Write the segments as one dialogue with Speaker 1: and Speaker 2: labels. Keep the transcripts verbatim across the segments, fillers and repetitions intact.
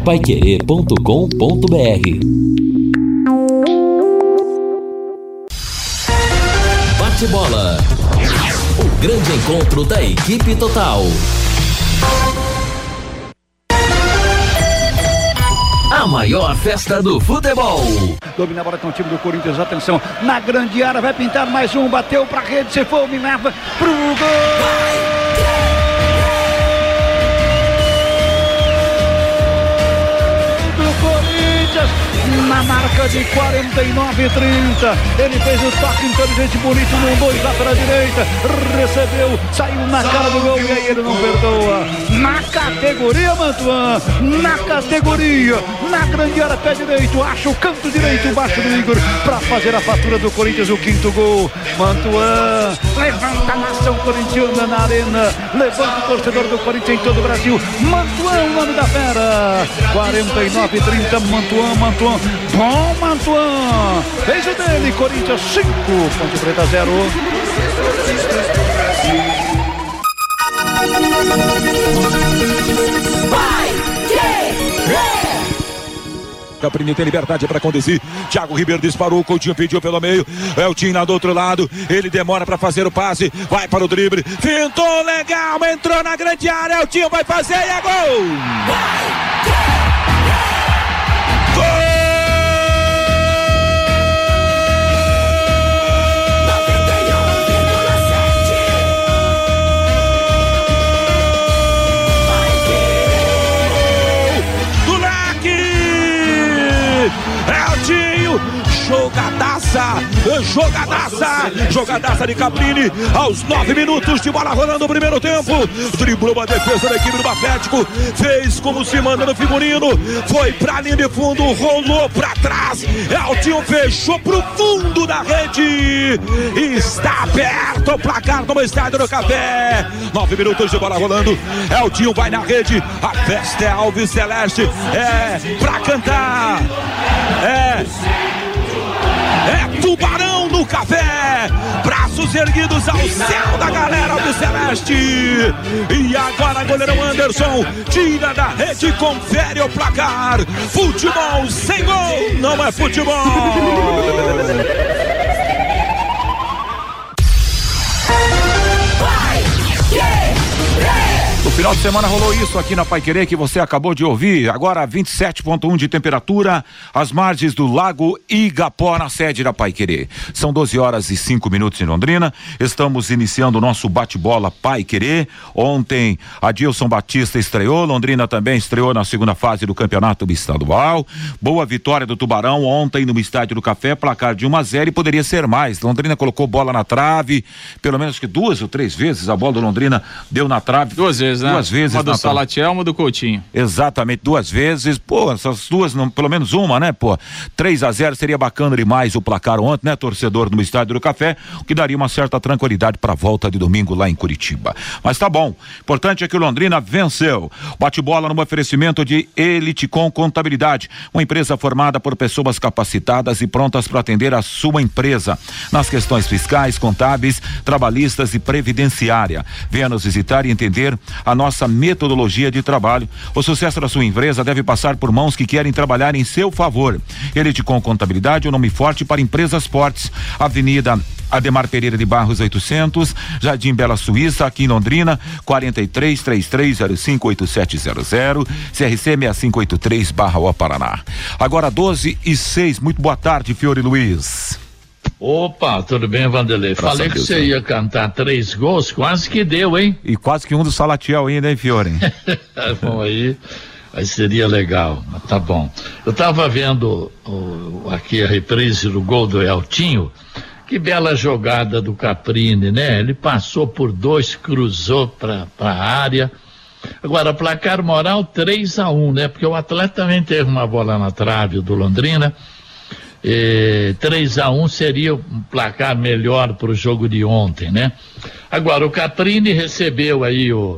Speaker 1: paiquerê ponto com ponto br. Bate-bola. O grande encontro da equipe total. A maior festa do futebol.
Speaker 2: Domina a bola com o time do Corinthians, atenção, na grande área, vai pintar mais um, bateu pra rede, se for, me leva pro gol! Vai! Na marca de quarenta e nove a trinta, ele fez o toque inteligente, bonito, no dois lá pela direita, recebeu, saiu na cara do gol e aí ele não perdoa. Na categoria, Mantuan, na categoria, na grande área, pé direito, acha o canto direito, baixo do Igor, pra fazer a fatura do Corinthians, o quinto gol. Mantuan, levanta a nação corintiana na arena, levanta o torcedor do Corinthians em todo o Brasil. Mantuan, o nome da fera, quarenta e nove a trinta, Mantuan, Mantuan. Bom, Mantuan, fez o dele, Corinthians cinco, Ponte Preta zero.
Speaker 3: Vai,
Speaker 4: Caprini tem liberdade para conduzir. Thiago Ribeiro disparou, o Coutinho pediu pelo meio. É o Tim lá do outro lado. Ele demora para fazer o passe. Vai para o drible. Fintou legal, entrou na grande área. O Tim vai fazer e é gol! Vai, Jogadaça, jogadaça, jogadaça de Caprini aos nove minutos de bola rolando o primeiro tempo. Driblou a defesa da equipe do Atlético, fez como se manda no figurino, foi pra linha de fundo, rolou pra trás. Eltinho fechou pro fundo da rede. Está aberto o placar no Estádio do Café. Nove minutos de bola rolando. Eltinho vai na rede. A festa é Alves Celeste. É pra cantar. É. É Tubarão no Café, braços erguidos ao céu da galera do Celeste. E agora goleirão Anderson tira da rede, confere o placar. Futebol sem gol não é futebol. No final de semana rolou isso aqui na Paiquerê que você acabou de ouvir. Agora vinte e sete ponto um de temperatura, às margens do Lago Igapó, na sede da Paiquerê. São doze horas e cinco minutos em Londrina. Estamos iniciando o nosso bate-bola Paiquerê. Ontem, Adilson Batista estreou, Londrina também estreou na segunda fase do campeonato estadual. Boa vitória do Tubarão ontem no Estádio do Café, placar de um a zero e poderia ser mais. Londrina colocou bola na trave, pelo menos que duas ou três vezes a bola do Londrina deu na trave.
Speaker 5: Duas vezes. Né?
Speaker 4: Duas vezes.
Speaker 5: Uma do Salatiel, uma do Coutinho.
Speaker 4: Exatamente, duas vezes. Pô, essas duas, não, pelo menos uma, né, pô? três a zero seria bacana demais o placar ontem, né, torcedor no Estádio do Café, o que daria uma certa tranquilidade para a volta de domingo lá em Curitiba. Mas tá bom. Importante é que o Londrina venceu. Bate-bola no oferecimento de Eliticom Contabilidade, uma empresa formada por pessoas capacitadas e prontas para atender a sua empresa nas questões fiscais, contábeis, trabalhistas e previdenciária. Venha nos visitar e entender a nossa metodologia de trabalho. O sucesso da sua empresa deve passar por mãos que querem trabalhar em seu favor. Eliticom Contabilidade é um nome forte para empresas fortes. Avenida Ademar Pereira de Barros oitocentos, Jardim Bela Suíça, aqui em Londrina, quarenta e três, trinta e três, zero cinco, oitenta e sete zero zero, C R C seis cinco oito três, Barra O Paraná. Agora doze e seis, muito boa tarde, Fiore Luiz.
Speaker 6: Opa, tudo bem, Vanderlei?
Speaker 4: Graças
Speaker 6: Falei que você ia cantar três gols, quase que deu, hein?
Speaker 4: E quase que um do Salatiel ainda, hein, Fiore?
Speaker 6: Bom, aí, aí seria legal, mas tá bom. Eu tava vendo o, aqui a reprise do gol do Eltinho, que bela jogada do Caprini, né? Ele passou por dois, cruzou pra, pra área. Agora, placar moral três a um, né? Porque o atleta também teve uma bola na trave do Londrina. E três a um seria um placar melhor para o jogo de ontem, né? Agora, o Caprini recebeu aí o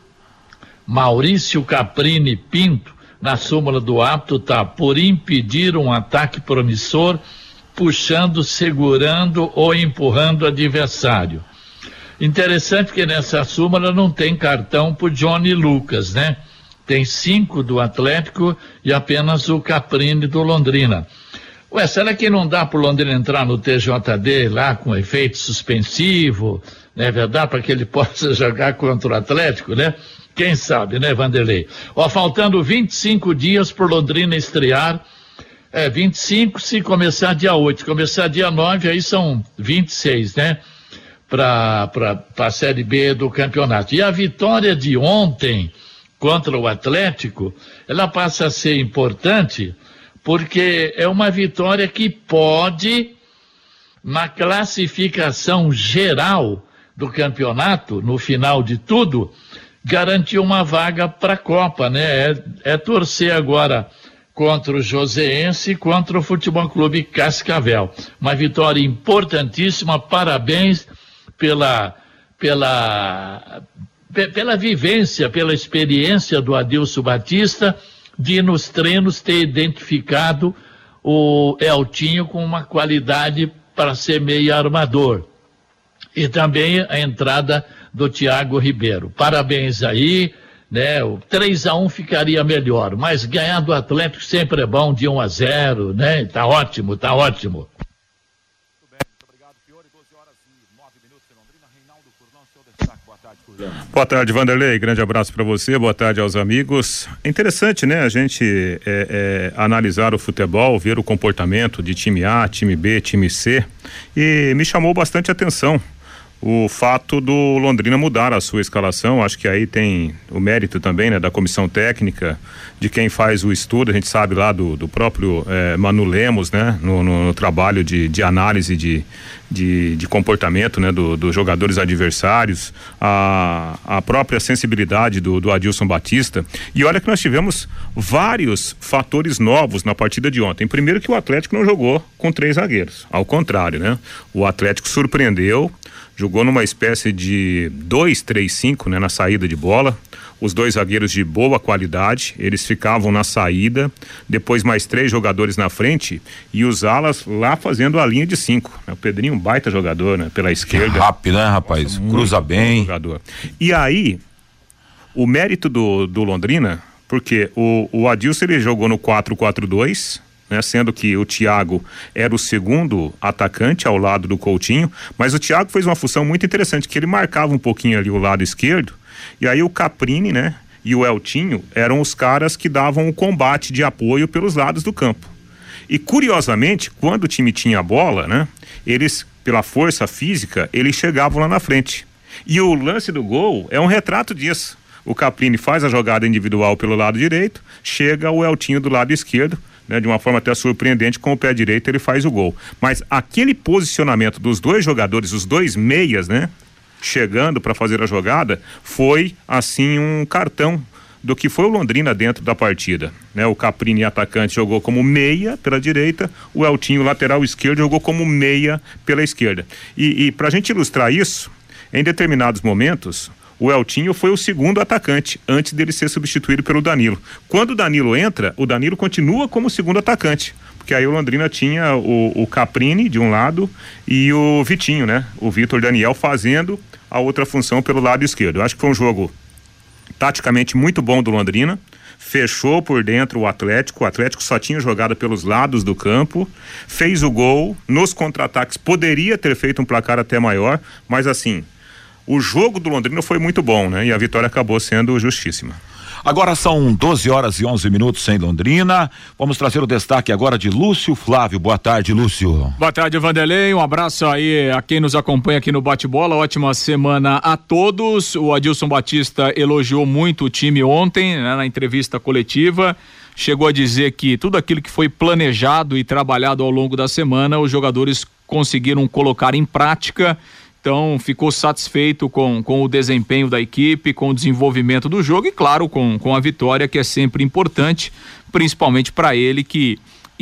Speaker 6: Maurício Caprini Pinto na súmula do apto, tá? Por impedir um ataque promissor, puxando, segurando ou empurrando o adversário. Interessante que nessa súmula não tem cartão pro Johnny Lucas, né? tem cinco do Atlético e apenas o Caprini do Londrina. Ué, será que não dá para o Londrina entrar no T J D lá com efeito suspensivo, não é verdade, para que ele possa jogar contra o Atlético, né? Quem sabe, né, Vanderlei? Ó, faltando vinte e cinco dias por Londrina estrear, é, vinte e cinco se começar dia oito, se começar dia nove, aí são vinte e seis, né? Para a Série B do campeonato. E a vitória de ontem contra o Atlético, ela passa a ser importante, porque é uma vitória que pode, na classificação geral do campeonato, no final de tudo, garantir uma vaga para a Copa, né? É, é torcer agora contra o Joseense e contra o Futebol Clube Cascavel. Uma vitória importantíssima, parabéns pela, pela, pela vivência, pela experiência do Adilson Batista, de nos treinos ter identificado o Eltinho com uma qualidade para ser meio armador. E também a entrada do Thiago Ribeiro. Parabéns aí, né? O três a um ficaria melhor, mas ganhar do Atlético sempre é bom, de um a zero, né? Tá ótimo, tá ótimo.
Speaker 3: Boa tarde, Vanderlei, grande abraço para você, boa tarde aos amigos. É interessante, né, a gente é, é, analisar o futebol, ver o comportamento de time A, time B, time C, e me chamou bastante atenção o fato do Londrina mudar a sua escalação. Acho que aí tem o mérito também, né, da comissão técnica, de quem faz o estudo. A gente sabe lá do, do próprio eh, Manu Lemos, né, no, no, no trabalho de, de análise de, de, de comportamento, né, do, dos jogadores adversários, a, a própria sensibilidade do, do Adilson Batista. E olha que nós tivemos vários fatores novos na partida de ontem. Primeiro, que o Atlético não jogou com três zagueiros, ao contrário, né, o Atlético surpreendeu, jogou numa espécie de dois três cinco, né, na saída de bola. Os dois zagueiros de boa qualidade, eles ficavam na saída, depois mais três jogadores na frente e os alas lá fazendo a linha de cinco. O Pedrinho, um baita jogador, né, pela esquerda.
Speaker 4: Rápido, né, rapaz? Nossa, cruza bem.
Speaker 3: Jogador. E aí, o mérito do, do Londrina, porque o, o Adilson, ele jogou no quatro quatro dois, né, sendo que o Thiago era o segundo atacante ao lado do Coutinho, mas o Thiago fez uma função muito interessante, que ele marcava um pouquinho ali o lado esquerdo, e aí o Caprini, né, e o Eltinho eram os caras que davam o combate de apoio pelos lados do campo. E curiosamente, quando o time tinha a bola, né, eles, pela força física, eles chegavam lá na frente. E o lance do gol é um retrato disso. O Caprini faz a jogada individual pelo lado direito, chega o Eltinho do lado esquerdo, né, de uma forma até surpreendente, com o pé direito ele faz o gol. Mas aquele posicionamento dos dois jogadores, os dois meias, né, chegando para fazer a jogada, foi assim um cartão do que foi o Londrina dentro da partida, né? O Caprini, atacante, jogou como meia pela direita, o Eltinho, lateral esquerdo, jogou como meia pela esquerda. E, e para a gente ilustrar isso, em determinados momentos, o Eltinho foi o segundo atacante, antes dele ser substituído pelo Danilo. Quando o Danilo entra, o Danilo continua como segundo atacante, porque aí o Londrina tinha o, o Caprini de um lado e o Vitinho, né? O Vitor Daniel fazendo a outra função pelo lado esquerdo. Eu acho que foi um jogo taticamente muito bom do Londrina, fechou por dentro o Atlético, o Atlético só tinha jogada pelos lados do campo, fez o gol, nos contra-ataques poderia ter feito um placar até maior, mas assim, o jogo do Londrina foi muito bom, né? E a vitória acabou sendo justíssima.
Speaker 4: Agora são doze horas e onze minutos em Londrina. Vamos trazer o destaque agora de Lúcio Flávio. Boa tarde, Lúcio.
Speaker 5: Boa tarde, Vanderlei. Um abraço aí a quem nos acompanha aqui no Bate-Bola. Ótima semana a todos. O Adilson Batista elogiou muito o time ontem, né, na entrevista coletiva. Chegou a dizer que tudo aquilo que foi planejado e trabalhado ao longo da semana, os jogadores conseguiram colocar em prática. Então, ficou satisfeito com, com o desempenho da equipe, com o desenvolvimento do jogo e, claro, com, com a vitória, que é sempre importante, principalmente para ele que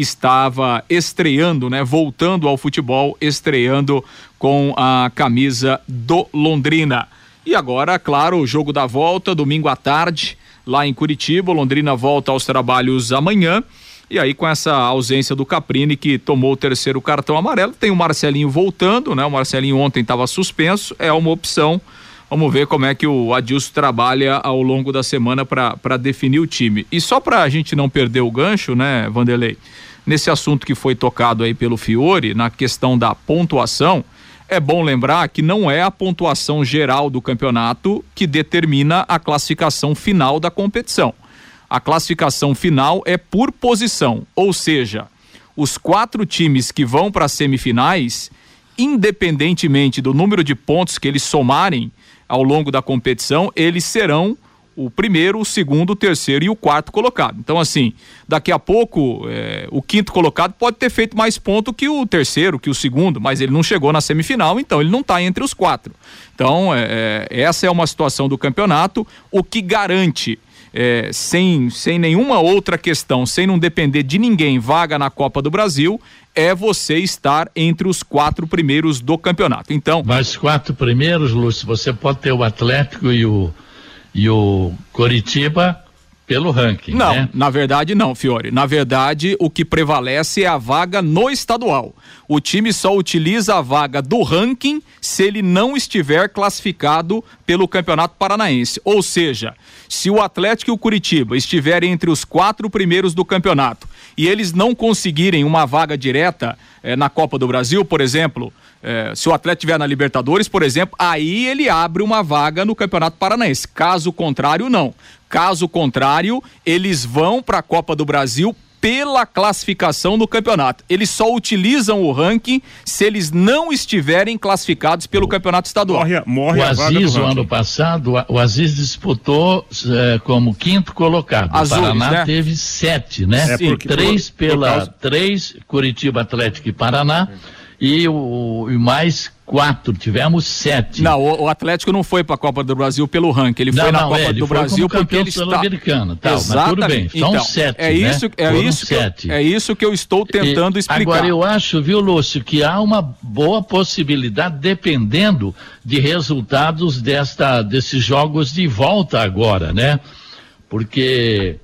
Speaker 5: estava estreando, né? Voltando ao futebol, estreando com a camisa do Londrina. E agora, claro, o jogo da volta, domingo à tarde, lá em Curitiba. O Londrina volta aos trabalhos amanhã. E aí, com essa ausência do Caprini, que tomou o terceiro cartão amarelo, tem o Marcelinho voltando, né? O Marcelinho ontem estava suspenso, é uma opção. Vamos ver como é que o Adilson trabalha ao longo da semana para definir o time. E só para a gente não perder o gancho, né, Vanderlei? Nesse assunto que foi tocado aí pelo Fiore, na questão da pontuação, é bom lembrar que não é a pontuação geral do campeonato que determina a classificação final da competição. A classificação final é por posição, ou seja, os quatro times que vão para as semifinais, independentemente do número de pontos que eles somarem ao longo da competição, eles serão o primeiro, o segundo, o terceiro e o quarto colocado. Então, assim, daqui a pouco é, o quinto colocado pode ter feito mais ponto que o terceiro, que o segundo, mas ele não chegou na semifinal, então ele não está entre os quatro. Então, é, é, essa é uma situação do campeonato, o que garante, é, sem, sem nenhuma outra questão, sem não depender de ninguém, vaga na Copa do Brasil, é você estar entre os quatro primeiros do campeonato. Então,
Speaker 6: mas quatro primeiros, Lúcio, você pode ter o Atlético e o E o Coritiba pelo ranking,
Speaker 5: não,
Speaker 6: né?
Speaker 5: Na verdade não, Fiore. Na verdade, o que prevalece é a vaga no estadual. O time só utiliza a vaga do ranking se ele não estiver classificado pelo Campeonato Paranaense. Ou seja, se o Atlético e o Coritiba estiverem entre os quatro primeiros do campeonato e eles não conseguirem uma vaga direta eh, na Copa do Brasil, por exemplo, eh, se o Atlético estiver na Libertadores, por exemplo, aí ele abre uma vaga no Campeonato Paranaense. Caso contrário, não. Caso contrário, eles vão para a Copa do Brasil pela classificação do campeonato. Eles só utilizam o ranking se eles não estiverem classificados pelo campeonato estadual.
Speaker 3: Morre, morre
Speaker 6: o
Speaker 3: a vaga
Speaker 6: Aziz,
Speaker 3: do
Speaker 6: o ano passado, o Aziz disputou eh, como quinto colocado.
Speaker 5: Azuis,
Speaker 6: o Paraná
Speaker 5: né?
Speaker 6: teve sete, né?
Speaker 3: É porque,
Speaker 6: três
Speaker 3: por, por
Speaker 6: pela
Speaker 3: causa...
Speaker 6: três, Curitiba, Atlético e Paraná. E, o, e mais quatro, tivemos sete.
Speaker 5: Não, o, o Atlético não foi para a Copa do Brasil pelo ranking, ele
Speaker 6: não,
Speaker 5: foi na
Speaker 6: não,
Speaker 5: Copa
Speaker 6: é, ele
Speaker 5: do
Speaker 6: foi
Speaker 5: Brasil
Speaker 6: como
Speaker 5: porque ele está...
Speaker 6: sul-americano, tal, mas tudo bem, são
Speaker 5: então,
Speaker 6: sete,
Speaker 5: é isso,
Speaker 6: né?
Speaker 5: é isso,
Speaker 6: sete.
Speaker 5: Que, é isso que eu estou tentando
Speaker 6: e,
Speaker 5: explicar.
Speaker 6: Agora eu acho, viu, Lúcio, que há uma boa possibilidade, dependendo de resultados desta, desses jogos de volta agora, né? Porque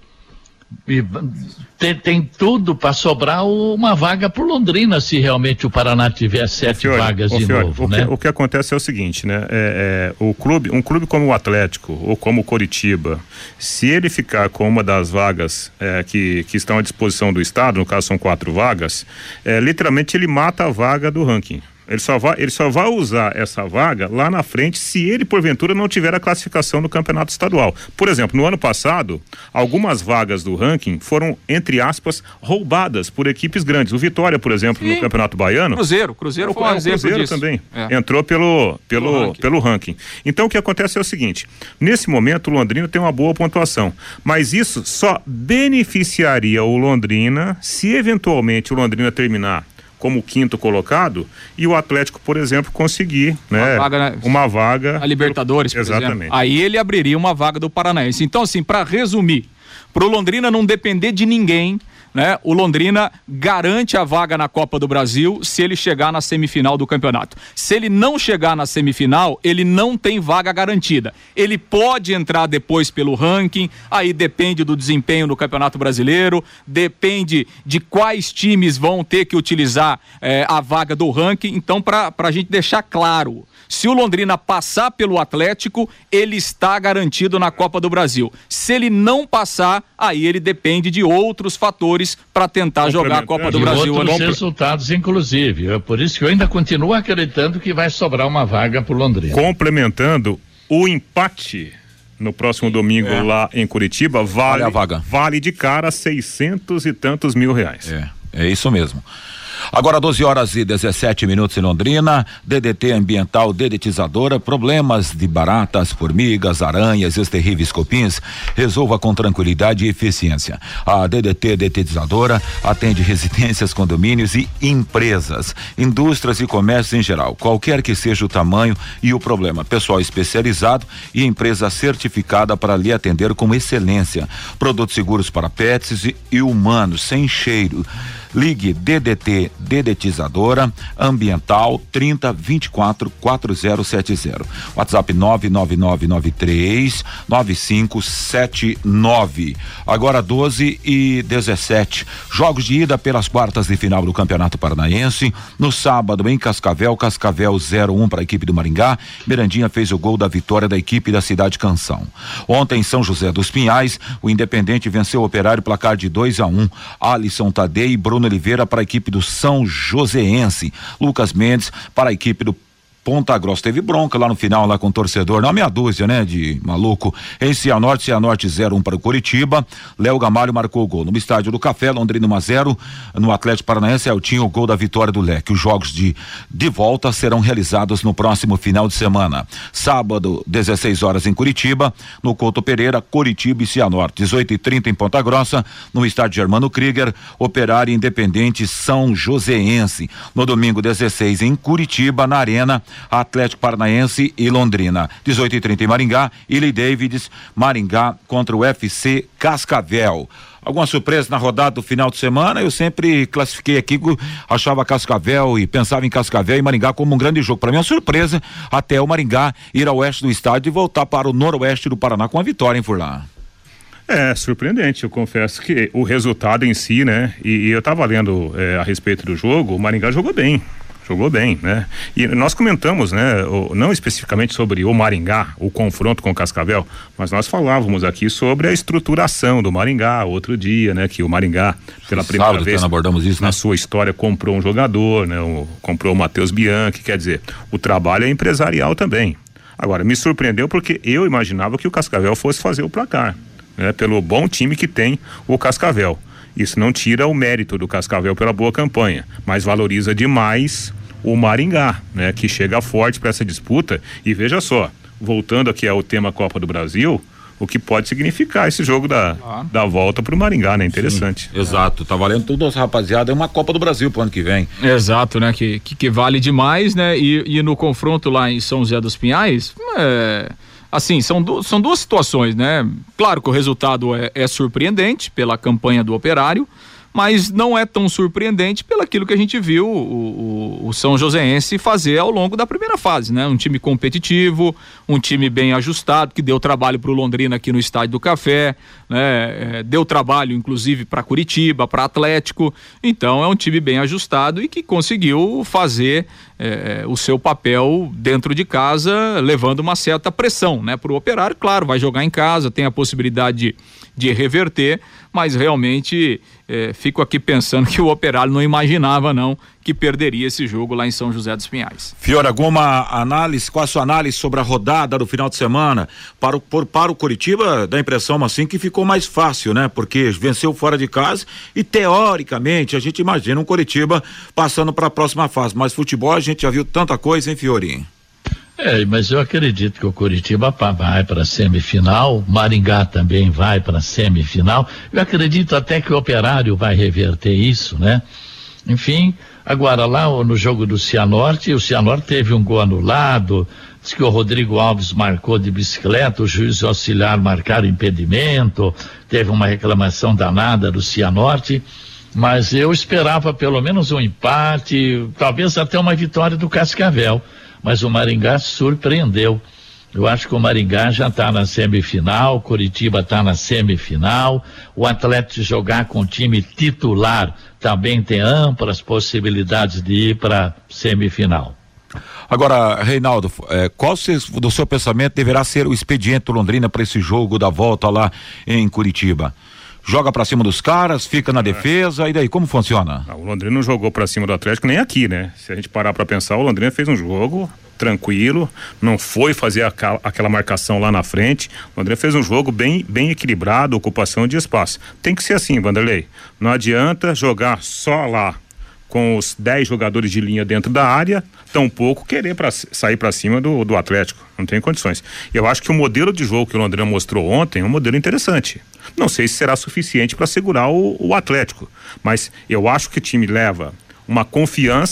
Speaker 6: e, tem, tem tudo para sobrar uma vaga para Londrina, se realmente o Paraná tiver sete
Speaker 3: Fiore,
Speaker 6: vagas de
Speaker 3: Fiore,
Speaker 6: novo,
Speaker 3: o
Speaker 6: né?
Speaker 3: Que, o que acontece é o seguinte, né? É, é, o clube, um clube como o Atlético ou como o Coritiba, se ele ficar com uma das vagas é, que, que estão à disposição do Estado, no caso são quatro vagas, é, literalmente ele mata a vaga do ranking. Ele só, vai, ele só vai usar essa vaga lá na frente se ele, porventura, não tiver a classificação no campeonato estadual. Por exemplo, no ano passado, algumas vagas do ranking foram, entre aspas, roubadas por equipes grandes. O Vitória, por exemplo,
Speaker 5: Sim.
Speaker 3: no Campeonato Baiano...
Speaker 5: Cruzeiro, Cruzeiro foi um exemplo
Speaker 3: Cruzeiro
Speaker 5: disso.
Speaker 3: também
Speaker 5: É.
Speaker 3: entrou pelo, pelo,
Speaker 5: Pelo ranking.
Speaker 3: pelo ranking. Então, o que acontece é o seguinte, nesse momento o Londrina tem uma boa pontuação, mas isso só beneficiaria o Londrina se eventualmente o Londrina terminar como quinto colocado e o Atlético, por exemplo, conseguir, né,
Speaker 5: Uma vaga,
Speaker 3: uma vaga
Speaker 5: a Libertadores, por
Speaker 3: exatamente.
Speaker 5: exemplo. Aí ele abriria uma vaga do Paranaense. Então, assim, para resumir, pro Londrina não depender de ninguém, né? O Londrina garante a vaga na Copa do Brasil se ele chegar na semifinal do campeonato. Se ele não chegar na semifinal, ele não tem vaga garantida. Ele pode entrar depois pelo ranking, aí depende do desempenho no Campeonato Brasileiro, depende de quais times vão ter que utilizar eh, a vaga do ranking. Então, para a gente deixar claro, se o Londrina passar pelo Atlético, ele está garantido na Copa do Brasil. Se ele não passar, aí ele depende de outros fatores para tentar jogar a Copa do
Speaker 6: E
Speaker 5: Brasil.
Speaker 6: outros
Speaker 5: ano...
Speaker 6: resultados, inclusive. É por isso que eu ainda continuo acreditando que vai sobrar uma vaga para o Londrina.
Speaker 3: Complementando, o empate no próximo domingo
Speaker 4: É.
Speaker 3: lá em Curitiba vale,
Speaker 4: Vale a vaga.
Speaker 3: vale de cara seiscentos e tantos mil reais.
Speaker 4: É, é isso mesmo. Agora doze horas e dezessete minutos em Londrina. D D T ambiental dedetizadora, problemas de baratas, formigas, aranhas, esses terríveis cupins, resolva com tranquilidade e eficiência. A D D T dedetizadora atende residências, condomínios e empresas, indústrias e comércios em geral, qualquer que seja o tamanho e o problema. Pessoal especializado e empresa certificada para lhe atender com excelência. Produtos seguros para pets e, e humanos, sem cheiro. Ligue D D T Dedetizadora Ambiental trinta, vinte e quatro, quarenta setenta. WhatsApp nove nove nove nove três nove cinco sete nove. Agora doze e dezessete. Jogos de ida pelas quartas de final do Campeonato Paranaense. No sábado em Cascavel, Cascavel zero um para a equipe do Maringá. Mirandinha fez o gol da vitória da equipe da Cidade Canção. Ontem em São José dos Pinhais, o Independente venceu o Operário placar de dois a um. Alisson Tadei e Bruno Oliveira para a equipe do São Joséense. Lucas Mendes para a equipe do Ponta Grossa. Teve bronca lá no final, lá com o torcedor, não, meia dúzia, né, de maluco. Em Cianorte, Cianorte zero um para o Coritiba. Léo Gamalho marcou o gol. No estádio do Café, Londrina um a zero. No Atlético Paranaense, Eltinho, o gol da vitória do Leque. Os jogos de, de volta serão realizados no próximo final de semana. Sábado, dezesseis horas em Curitiba. No Couto Pereira, Coritiba e Cianorte. dezoito e trinta em Ponta Grossa. No estádio Germano Krieger, Operário Independente São Joséense. No domingo, dezesseis em Curitiba, na Arena, Atlético Paranaense e Londrina. dezoito e trinta em Maringá, Illy Davids, Maringá contra o U F C Cascavel. Alguma surpresa na rodada do final de semana? Eu sempre classifiquei aqui, achava Cascavel e pensava em Cascavel e Maringá como um grande jogo. Para mim é uma surpresa até o Maringá ir ao oeste do estádio e voltar para o noroeste do Paraná com a vitória, hein, Furlan?
Speaker 3: É, surpreendente, eu confesso que o resultado em si, né, e, e eu tava lendo é, a respeito do jogo, o Maringá jogou bem. Jogou bem, né? E nós comentamos, né? O, não especificamente sobre o Maringá, o confronto com o Cascavel, mas nós falávamos aqui sobre a estruturação do Maringá outro dia, né? Que o Maringá, pela primeira
Speaker 4: Sábado,
Speaker 3: vez
Speaker 4: abordamos isso,
Speaker 3: na
Speaker 4: né?
Speaker 3: sua história, comprou um jogador, né? O, comprou o Matheus Bianchi, quer dizer, o trabalho é empresarial também. Agora, me surpreendeu porque eu imaginava que o Cascavel fosse fazer o placar, né? Pelo bom time que tem o Cascavel. Isso não tira o mérito do Cascavel pela boa campanha, mas valoriza demais o Maringá, né? Que chega forte para essa disputa. E veja só, voltando aqui ao tema Copa do Brasil, o que pode significar esse jogo da, ah. da volta pro Maringá, né? Interessante.
Speaker 4: Sim, exato, tá valendo tudo, rapaziada, é uma Copa do Brasil pro ano que vem.
Speaker 5: Exato, né? Que, que, que vale demais, né? E, e no confronto lá em São José dos Pinhais, é... assim, são, du- são duas situações, né? Claro que o resultado é, é surpreendente pela campanha do Operário, mas não é tão surpreendente pelo aquilo que a gente viu o, o, o São Joséense fazer ao longo da primeira fase, né? Um time competitivo, um time bem ajustado, que deu trabalho para o Londrina aqui no Estádio do Café, né? É, deu trabalho inclusive para Curitiba, para Atlético. Então é um time bem ajustado e que conseguiu fazer é, o seu papel dentro de casa, levando uma certa pressão, né? Para o Operário, claro, vai jogar em casa, tem a possibilidade de, de reverter, mas realmente é, fico aqui pensando que o Operário não imaginava não que perderia esse jogo lá em São José dos Pinhais.
Speaker 4: Fiore, alguma análise, qual a sua análise sobre a rodada do final de semana? Para o, por, para o Coritiba, dá a impressão assim que ficou mais fácil, né? Porque venceu fora de casa e teoricamente a gente imagina um Coritiba passando para a próxima fase, mas futebol a gente já viu tanta coisa, hein, Fiori?
Speaker 6: É, mas eu acredito que o Coritiba vai para a semifinal, Maringá também vai para a semifinal. Eu acredito até que o Operário vai reverter isso, né? Enfim, agora lá no jogo do Cianorte, o Cianorte teve um gol anulado, diz que o Rodrigo Alves marcou de bicicleta, o juiz auxiliar marcaram impedimento, teve uma reclamação danada do Cianorte, mas eu esperava pelo menos um empate, talvez até uma vitória do Cascavel. Mas o Maringá surpreendeu. Eu acho que o Maringá já está na semifinal, Curitiba está na semifinal, o Atlético jogar com o time titular também tem amplas possibilidades de ir para semifinal.
Speaker 4: Agora, Reinaldo, eh, qual se, do seu pensamento deverá ser o expediente do Londrina para esse jogo da volta lá em Curitiba? Joga pra cima dos caras, fica na defesa, e daí como funciona?
Speaker 3: Não, o Londrina não jogou pra cima do Atlético nem aqui, né? Se a gente parar pra pensar, o Londrina fez um jogo tranquilo, não foi fazer a, aquela marcação lá na frente. O Londrina fez um jogo bem, bem equilibrado, ocupação de espaço. Tem que ser assim, Vanderlei. Não adianta jogar só lá com os dez jogadores de linha dentro da área, tampouco querer pra, sair para cima do, do Atlético. Não tem condições. Eu acho que o modelo de jogo que o Londrina mostrou ontem é um modelo interessante. Não sei se será suficiente para segurar o, o Atlético, mas eu acho que o time leva uma confiança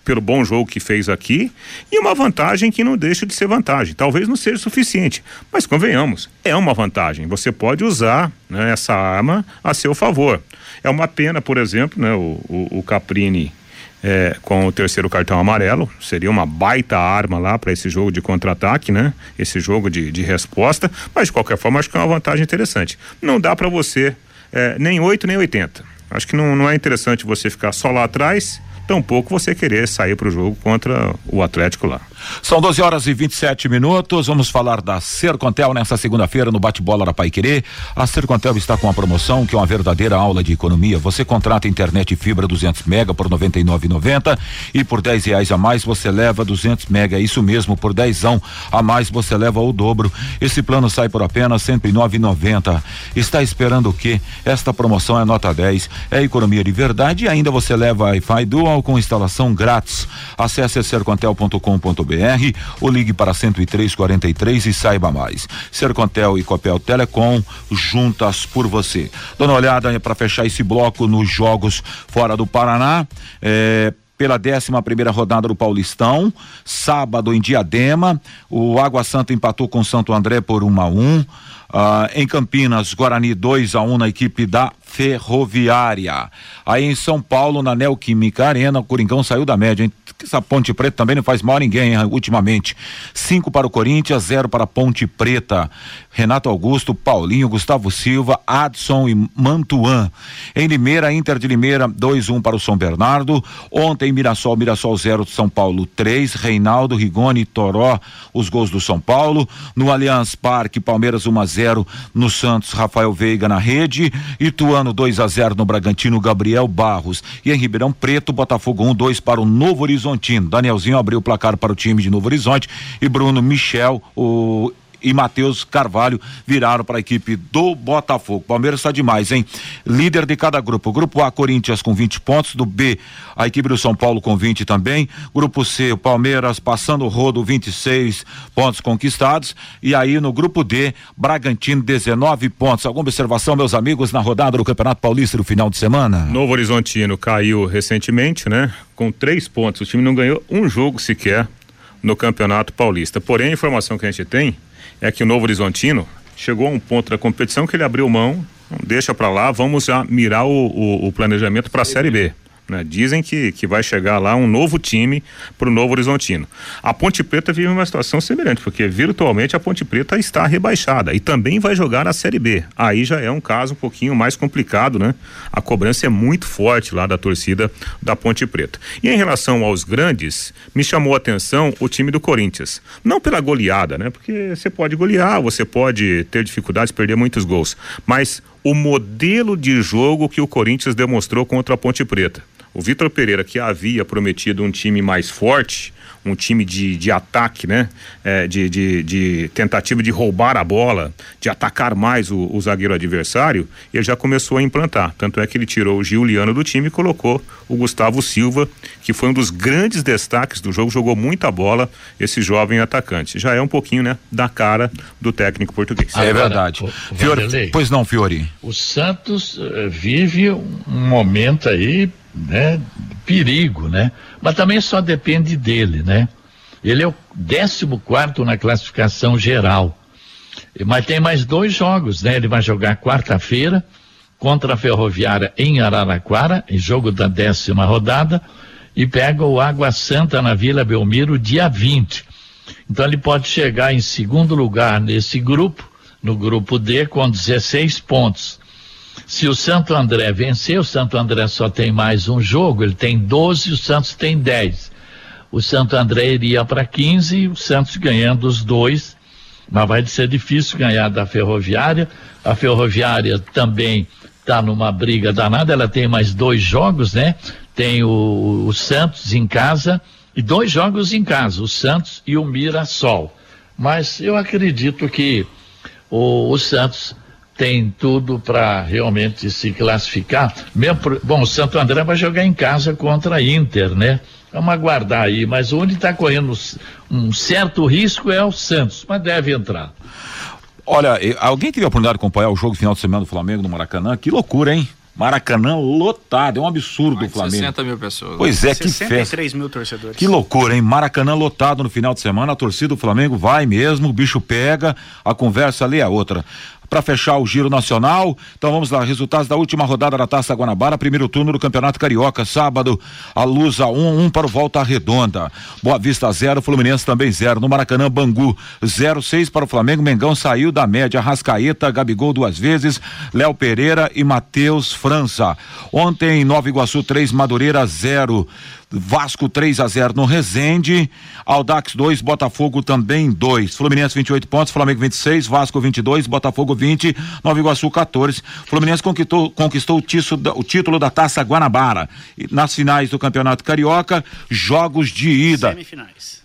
Speaker 3: pelo bom jogo que fez aqui, e uma vantagem que não deixa de ser vantagem. Talvez não seja suficiente, mas convenhamos, é uma vantagem. Você pode usar, né, essa arma a seu favor. É uma pena, por exemplo, né, o, o, o Caprini é, com o terceiro cartão amarelo, seria uma baita arma lá para esse jogo de contra-ataque, né? Esse jogo de, de resposta, mas de qualquer forma acho que é uma vantagem interessante. Não dá para você é, nem oito nem oitenta. Acho que não, não é interessante você ficar só lá atrás, tampouco você querer sair para o jogo contra o Atlético lá.
Speaker 4: São doze horas e vinte e sete minutos. Vamos falar da Sercontel nessa segunda-feira no Bate-Bola da Paiquerê. A Sercontel está com uma promoção que é uma verdadeira aula de economia. Você contrata internet e fibra duzentos mega por noventa e nove reais e noventa centavos e por dez reais a mais você leva duzentos mega. Isso mesmo, por dezão a mais você leva o dobro. Esse plano sai por apenas cento e nove reais e noventa centavos. Está esperando o quê? Esta promoção é nota dez, é economia de verdade e ainda você leva Wi-Fi Dual com instalação grátis. Acesse sercontel ponto com ponto br ou ligue para cento e três, quarenta e três e saiba mais. Sercontel e Copel Telecom juntas por você. Dando uma olhada para fechar esse bloco nos jogos fora do Paraná. É, pela décima primeira rodada do Paulistão, sábado em Diadema, o Água Santa empatou com Santo André por um a um. Uh, em Campinas, Guarani dois a um na equipe da Ferroviária. Aí em São Paulo, na Neoquímica Arena, o Coringão saiu da média, hein? Essa Ponte Preta também não faz mal a ninguém, hein, ultimamente. Cinco para o Corinthians, zero para a Ponte Preta. Renato Augusto, Paulinho, Gustavo Silva, Adson e Mantuan. Em Limeira, Inter de Limeira, dois a um para o São Bernardo. Ontem, Mirassol, Mirassol zero, São Paulo três. Reinaldo, Rigoni, Toró, os gols do São Paulo. No Allianz Parque, Palmeiras um a zero no Santos, Rafael Veiga na rede. Ituano dois a zero no Bragantino, Gabriel Barros. E em Ribeirão Preto, Botafogo um a dois para o Novo Horizontino. Danielzinho abriu o placar para o time de Novo Horizonte e Bruno Michel, o e Matheus Carvalho viraram para a equipe do Botafogo. Palmeiras está demais, hein? Líder de cada grupo. Grupo A, Corinthians com vinte pontos. Do B, a equipe do São Paulo com vinte também. Grupo C, o Palmeiras passando o rodo, vinte e seis pontos conquistados. E aí no grupo D, Bragantino, dezenove pontos. Alguma observação, meus amigos, na rodada do Campeonato Paulista do final de semana?
Speaker 3: Novo Horizontino caiu recentemente, né? Com três pontos. O time não ganhou um jogo sequer no Campeonato Paulista. Porém, a informação que a gente tem é que o Novo Horizontino chegou a um ponto da competição que ele abriu mão, deixa para lá, vamos já mirar o, o, o planejamento para a Série B. Né? Dizem que, que vai chegar lá um novo time para o Novo Horizontino. A Ponte Preta vive uma situação semelhante, porque virtualmente a Ponte Preta está rebaixada e também vai jogar a Série B. Aí já é um caso um pouquinho mais complicado, né? A cobrança é muito forte lá da torcida da Ponte Preta. E em relação aos grandes, me chamou a atenção o time do Corinthians. Não pela goleada, né? Porque você pode golear, você pode ter dificuldades, perder muitos gols, mas o modelo de jogo que o Corinthians demonstrou contra a Ponte Preta. O Vitor Pereira, que havia prometido um time mais forte, um time de, de ataque, né? É, de, de, de tentativa de roubar a bola, de atacar mais o, o zagueiro adversário, ele já começou a implantar. Tanto é que ele tirou o Giuliano do time e colocou o Gustavo Silva, que foi um dos grandes destaques do jogo, jogou muita bola, esse jovem atacante. Já é um pouquinho, né? Da cara do técnico português.
Speaker 4: É verdade.
Speaker 6: O,
Speaker 4: Fiori, pois não, Fiori.
Speaker 6: O Santos uh, vive um momento aí, né, perigo, né? Mas também só depende dele, né? Ele é o décimo quarto na classificação geral, mas tem mais dois jogos, né? Ele vai jogar quarta-feira contra a Ferroviária em Araraquara, em jogo da décima rodada, e pega o Água Santa na Vila Belmiro dia vinte. Então ele pode chegar em segundo lugar nesse grupo, no grupo D, com dezesseis pontos. Se o Santo André vencer, o Santo André só tem mais um jogo, ele tem doze, o Santos tem dez. O Santo André iria para quinze, o Santos ganhando os dois, mas vai ser difícil ganhar da Ferroviária. A Ferroviária também está numa briga danada, ela tem mais dois jogos, né? Tem o, o Santos em casa e dois jogos em casa, o Santos e o Mirassol. Mas eu acredito que o, o Santos tem tudo para realmente se classificar. Mesmo por, bom, o Santo André vai jogar em casa contra a Inter, né? Vamos aguardar aí, mas onde está correndo um certo risco é o Santos, mas deve entrar.
Speaker 4: Olha, alguém teve a oportunidade de acompanhar o jogo final de semana do Flamengo no Maracanã? Que loucura, hein? Maracanã lotado, é um absurdo o Flamengo.
Speaker 5: sessenta mil pessoas.
Speaker 4: Pois é, que festa.
Speaker 7: sessenta e três mil torcedores.
Speaker 4: Que loucura, hein? Maracanã lotado no final de semana, a torcida do Flamengo vai mesmo, o bicho pega, a conversa ali é outra. Para fechar o giro nacional, então vamos lá, resultados da última rodada da Taça Guanabara, primeiro turno do Campeonato Carioca, sábado, a Lusa um, um para o Volta Redonda, Boa Vista zero, Fluminense também zero, no Maracanã, Bangu zero, seis para o Flamengo, Mengão saiu da média, Rascaeta, Gabigol duas vezes, Léo Pereira e Matheus França. Ontem, Nova Iguaçu três, Madureira zero, Vasco três a zero no Resende, Audax dois, Botafogo também dois, Fluminense vinte e oito pontos, Flamengo vinte e seis, Vasco vinte e dois, Botafogo vinte, Nova Iguaçu quatorze. Fluminense conquistou, conquistou o, título da, o título da Taça Guanabara. E nas finais do Campeonato Carioca, jogos de ida.
Speaker 7: Semifinais.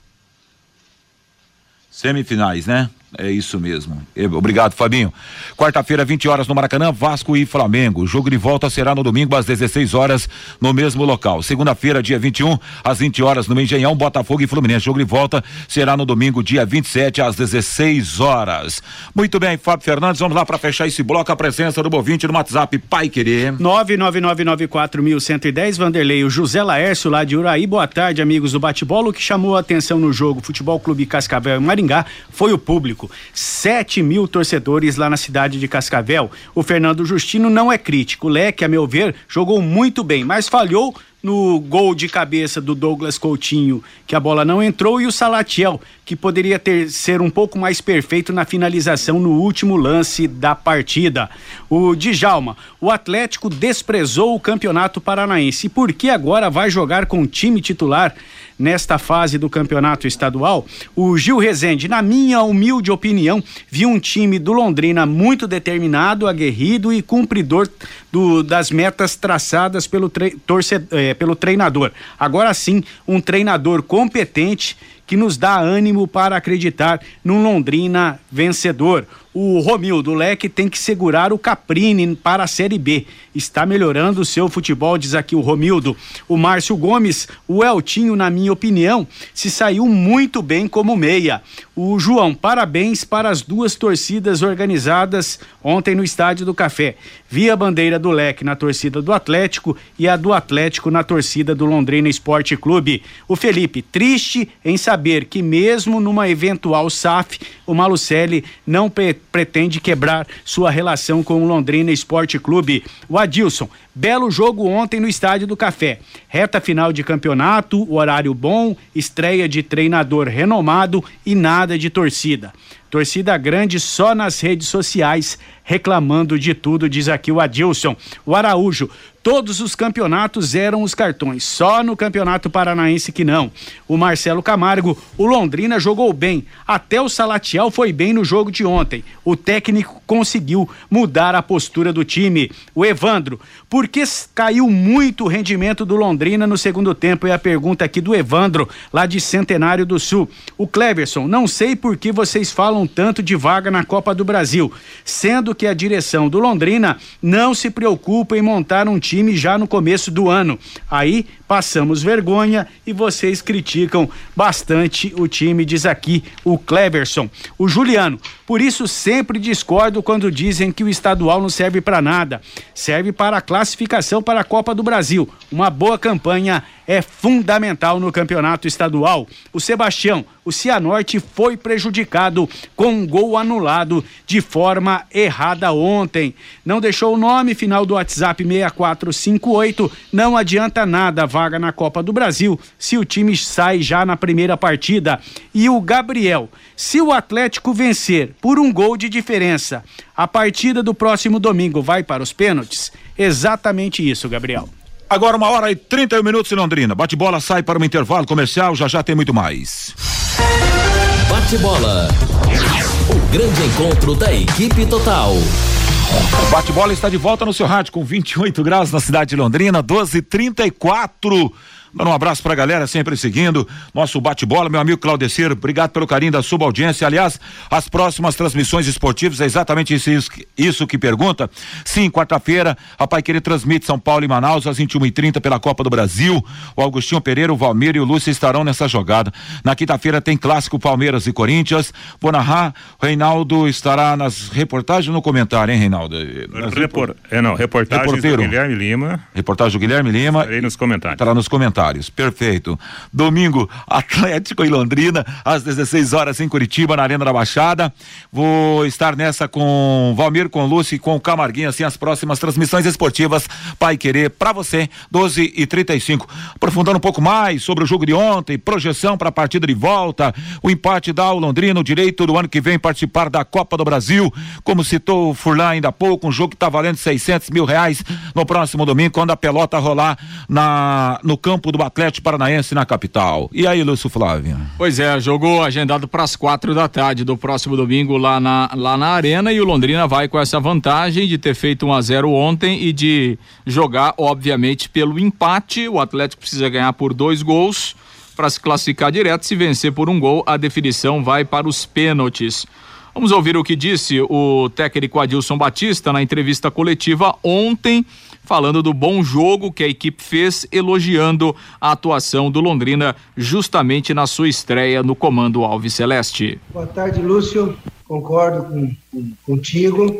Speaker 4: Semifinais, né? É isso mesmo. Obrigado, Fabinho. Quarta-feira, vinte horas no Maracanã, Vasco e Flamengo. O jogo de volta será no domingo às dezesseis horas no mesmo local. Segunda-feira, dia vinte e um, às vinte horas no Engenhão, Botafogo e Fluminense. O jogo de volta será no domingo, dia vinte e sete, às dezesseis horas. Muito bem, Fábio Fernandes, vamos lá para fechar esse bloco. A presença do ouvinte no WhatsApp Pai Querer.
Speaker 7: nove nove nove nove quatro um um zero, Vanderlei, o José Laércio lá de Uraí. Boa tarde, amigos do Bate-Bola. O que chamou a atenção no jogo Futebol Clube Cascavel e Maringá foi o público. sete mil torcedores lá na cidade de Cascavel. O Fernando Justino não é crítico. O Leque, a meu ver, jogou muito bem, mas falhou no gol de cabeça do Douglas Coutinho, que a bola não entrou, e o Salatiel, que poderia ter ser um pouco mais perfeito na finalização no último lance da partida. O Djalma, o Atlético desprezou o Campeonato Paranaense. E por que agora vai jogar com o time titular nesta fase do campeonato estadual? O Gil Rezende, na minha humilde opinião, viu um time do Londrina muito determinado, aguerrido e cumpridor do, das metas traçadas pelo, tre, torcedor, é, pelo treinador. Agora sim, um treinador competente que nos dá ânimo para acreditar num Londrina vencedor. O Romildo Leque tem que segurar o Caprini para a Série B. Está melhorando o seu futebol, diz aqui o Romildo. O Márcio Gomes, o Eltinho, na minha opinião, se saiu muito bem como meia. O João, parabéns para as duas torcidas organizadas ontem no Estádio do Café. Vi a bandeira do Leque na torcida do Atlético e a do Atlético na torcida do Londrina Esporte Clube. O Felipe, triste em saber que mesmo numa eventual S A F, o Malucelli não pre- pretende quebrar sua relação com o Londrina Esporte Clube. O Adilson, belo jogo ontem no Estádio do Café. Reta final de campeonato, horário bom, estreia de treinador renomado e nada de torcida. Torcida grande só nas redes sociais, reclamando de tudo, diz aqui o Adilson. O Araújo, todos os campeonatos eram os cartões, só no Campeonato Paranaense que não. O Marcelo Camargo, o Londrina jogou bem, até o Salatiel foi bem no jogo de ontem. O técnico conseguiu mudar a postura do time. O Evandro, por que caiu muito o rendimento do Londrina no segundo tempo? É a pergunta aqui do Evandro, lá de Centenário do Sul. O Cleverson, não sei por que vocês falam tanto de vaga na Copa do Brasil, sendo que a direção do Londrina não se preocupa em montar um time já no começo do ano. Aí passamos vergonha e vocês criticam bastante o time, diz aqui o Cleverson. O Juliano, por isso sempre discordo quando dizem que o estadual não serve para nada, serve para a classificação para a Copa do Brasil. Uma boa campanha é fundamental no campeonato estadual. O Sebastião, o Cianorte foi prejudicado com um gol anulado de forma errada ontem. Não deixou o nome, final do WhatsApp seis quatro cinco oito. Não adianta nada a vaga na Copa do Brasil se o time sai já na primeira partida. E o Gabriel, se o Atlético vencer por um gol de diferença, a partida do próximo domingo vai para os pênaltis? Exatamente isso, Gabriel.
Speaker 4: Agora uma hora e trinta e um minutos em Londrina. Bate-bola sai para um intervalo comercial, já já tem muito mais.
Speaker 1: Bate-bola. O grande encontro da equipe total.
Speaker 4: O Bate-bola está de volta no seu rádio com vinte e oito graus na cidade de Londrina, doze e trinta e quatro. Dando um abraço pra galera, sempre seguindo nosso bate-bola, meu amigo Claudecer, obrigado pelo carinho da sua audiência. Aliás, as próximas transmissões esportivas, é exatamente isso, isso, isso que pergunta. Sim, quarta-feira, a Paiquerê transmite São Paulo e Manaus às vinte e uma e trinta pela Copa do Brasil. O Augustinho Pereira, o Valmir e o Lúcio estarão nessa jogada. Na quinta-feira tem clássico Palmeiras e Corinthians. Vou narrar, o Reinaldo estará nas reportagens ou no comentário, hein, Reinaldo? Nas
Speaker 3: Repor... repor... É, não, reportagens
Speaker 4: Reporteiro.
Speaker 3: do Guilherme Lima.
Speaker 4: Reportagem do Guilherme Lima.
Speaker 3: Estarei nos comentários.
Speaker 4: Estará nos comentários. Perfeito. Domingo, Atlético e Londrina, às dezesseis horas em Curitiba, na Arena da Baixada. Vou estar nessa com Valmir, com Lúcio e com Camarguinho, assim, as próximas transmissões esportivas Paiquerê para você, doze e trinta e cinco. Aprofundando um pouco mais sobre o jogo de ontem, projeção para a partida de volta, o empate dá ao Londrina o direito do ano que vem participar da Copa do Brasil, como citou o Furlan ainda há pouco, um jogo que está valendo seiscentos mil reais no próximo domingo, quando a pelota rolar na, no campo do Atlético Paranaense na capital. E aí, Lúcio Flávio?
Speaker 5: Pois é, jogo agendado para as quatro da tarde do próximo domingo lá na, lá na Arena, e o Londrina vai com essa vantagem de ter feito um a zero ontem e de jogar, obviamente, pelo empate. O Atlético precisa ganhar por dois gols para se classificar direto. Se vencer por um gol, a definição vai para os pênaltis. Vamos ouvir o que disse o técnico Adilson Batista na entrevista coletiva ontem, falando do bom jogo que a equipe fez, elogiando a atuação do Londrina justamente na sua estreia no comando Alves Celeste.
Speaker 8: Boa tarde, Lúcio. Concordo com, com, contigo.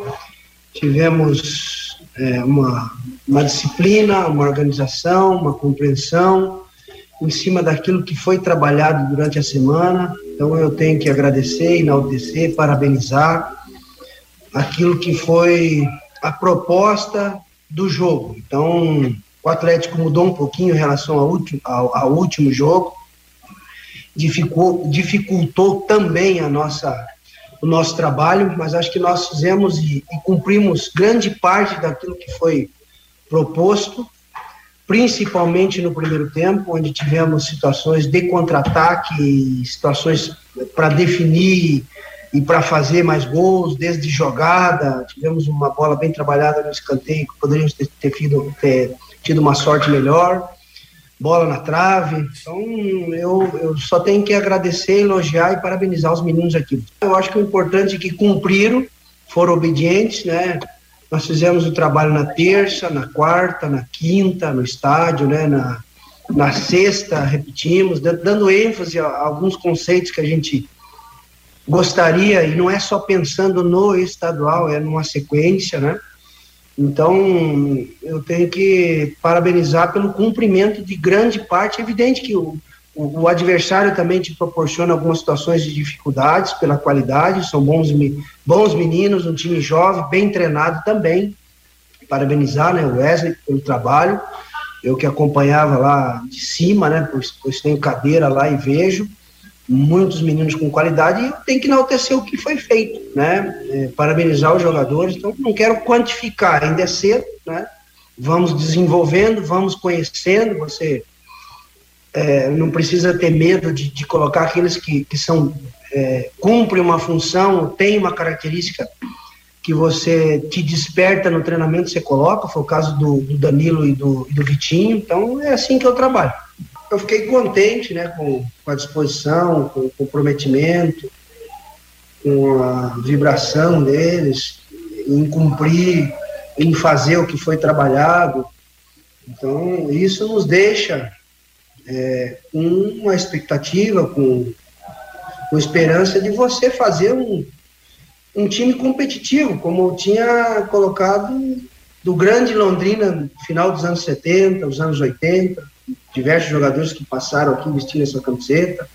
Speaker 8: Tivemos é, uma, uma disciplina, uma organização, uma compreensão em cima daquilo que foi trabalhado durante a semana. Então eu tenho que agradecer, enaltecer, parabenizar aquilo que foi a proposta do jogo. Então o Atlético mudou um pouquinho em relação ao último, ao, ao último jogo, dificultou, dificultou também a nossa, o nosso trabalho, mas acho que nós fizemos e, e cumprimos grande parte daquilo que foi proposto, principalmente no primeiro tempo, onde tivemos situações de contra-ataque, situações para definir e para fazer mais gols, desde jogada. Tivemos uma bola bem trabalhada no escanteio, que poderíamos ter, ter, tido, ter tido uma sorte melhor, bola na trave. Então eu, eu só tenho que agradecer, elogiar e parabenizar os meninos aqui. Eu acho que o importante é que cumpriram, foram obedientes, né? Nós fizemos o trabalho na terça, na quarta, na quinta, no estádio, né? Na, na sexta, repetimos, dando ênfase a, a alguns conceitos que a gente gostaria, e não é só pensando no estadual, é numa sequência, né? Então, eu tenho que parabenizar pelo cumprimento de grande parte. É evidente que o, o, o adversário também te proporciona algumas situações de dificuldades pela qualidade, são bons, bons meninos, um time jovem, bem treinado também. Parabenizar, né, o Wesley pelo trabalho, eu que acompanhava lá de cima, né, pois, pois tenho cadeira lá e vejo muitos meninos com qualidade, e tem que enaltecer o que foi feito, né, é, parabenizar os jogadores. Então não quero quantificar, ainda é cedo, né, vamos desenvolvendo, vamos conhecendo. Você é, não precisa ter medo de, de colocar aqueles que, que são, é, cumprem uma função, tem uma característica que você te desperta no treinamento, você coloca. Foi o caso do, do Danilo e do, e do Vitinho. Então é assim que eu trabalho. Eu fiquei contente, né, com, com a disposição, com o comprometimento, com a vibração deles, em cumprir, em fazer o que foi trabalhado. Então, isso nos deixa é, com uma expectativa, com, com esperança de você fazer um, um time competitivo, como eu tinha colocado do grande Londrina no final dos anos setenta, os anos oitenta, diversos jogadores que passaram aqui vestindo essa camiseta,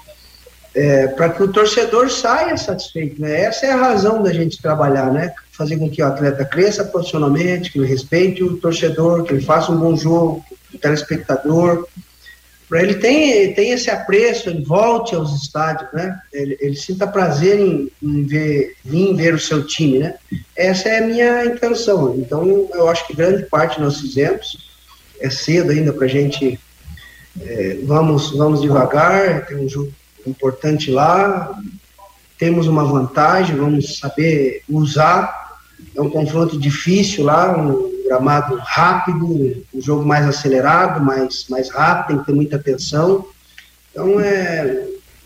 Speaker 8: é, para que o torcedor saia satisfeito, né? Essa é a razão da gente trabalhar, né? Fazer com que o atleta cresça profissionalmente, que ele respeite o torcedor, que ele faça um bom jogo, o telespectador, para ele ter, ter esse apreço, ele volte aos estádios, né? Ele, ele sinta prazer em, em ver, vir ver o seu time, né? Essa é a minha intenção. Então, eu acho que grande parte nós fizemos. É cedo ainda para a gente, é, vamos, vamos devagar, tem um jogo importante lá, temos uma vantagem, vamos saber usar. É um confronto difícil lá, um gramado rápido, um jogo mais acelerado, mais, mais rápido, tem que ter muita atenção. Então, é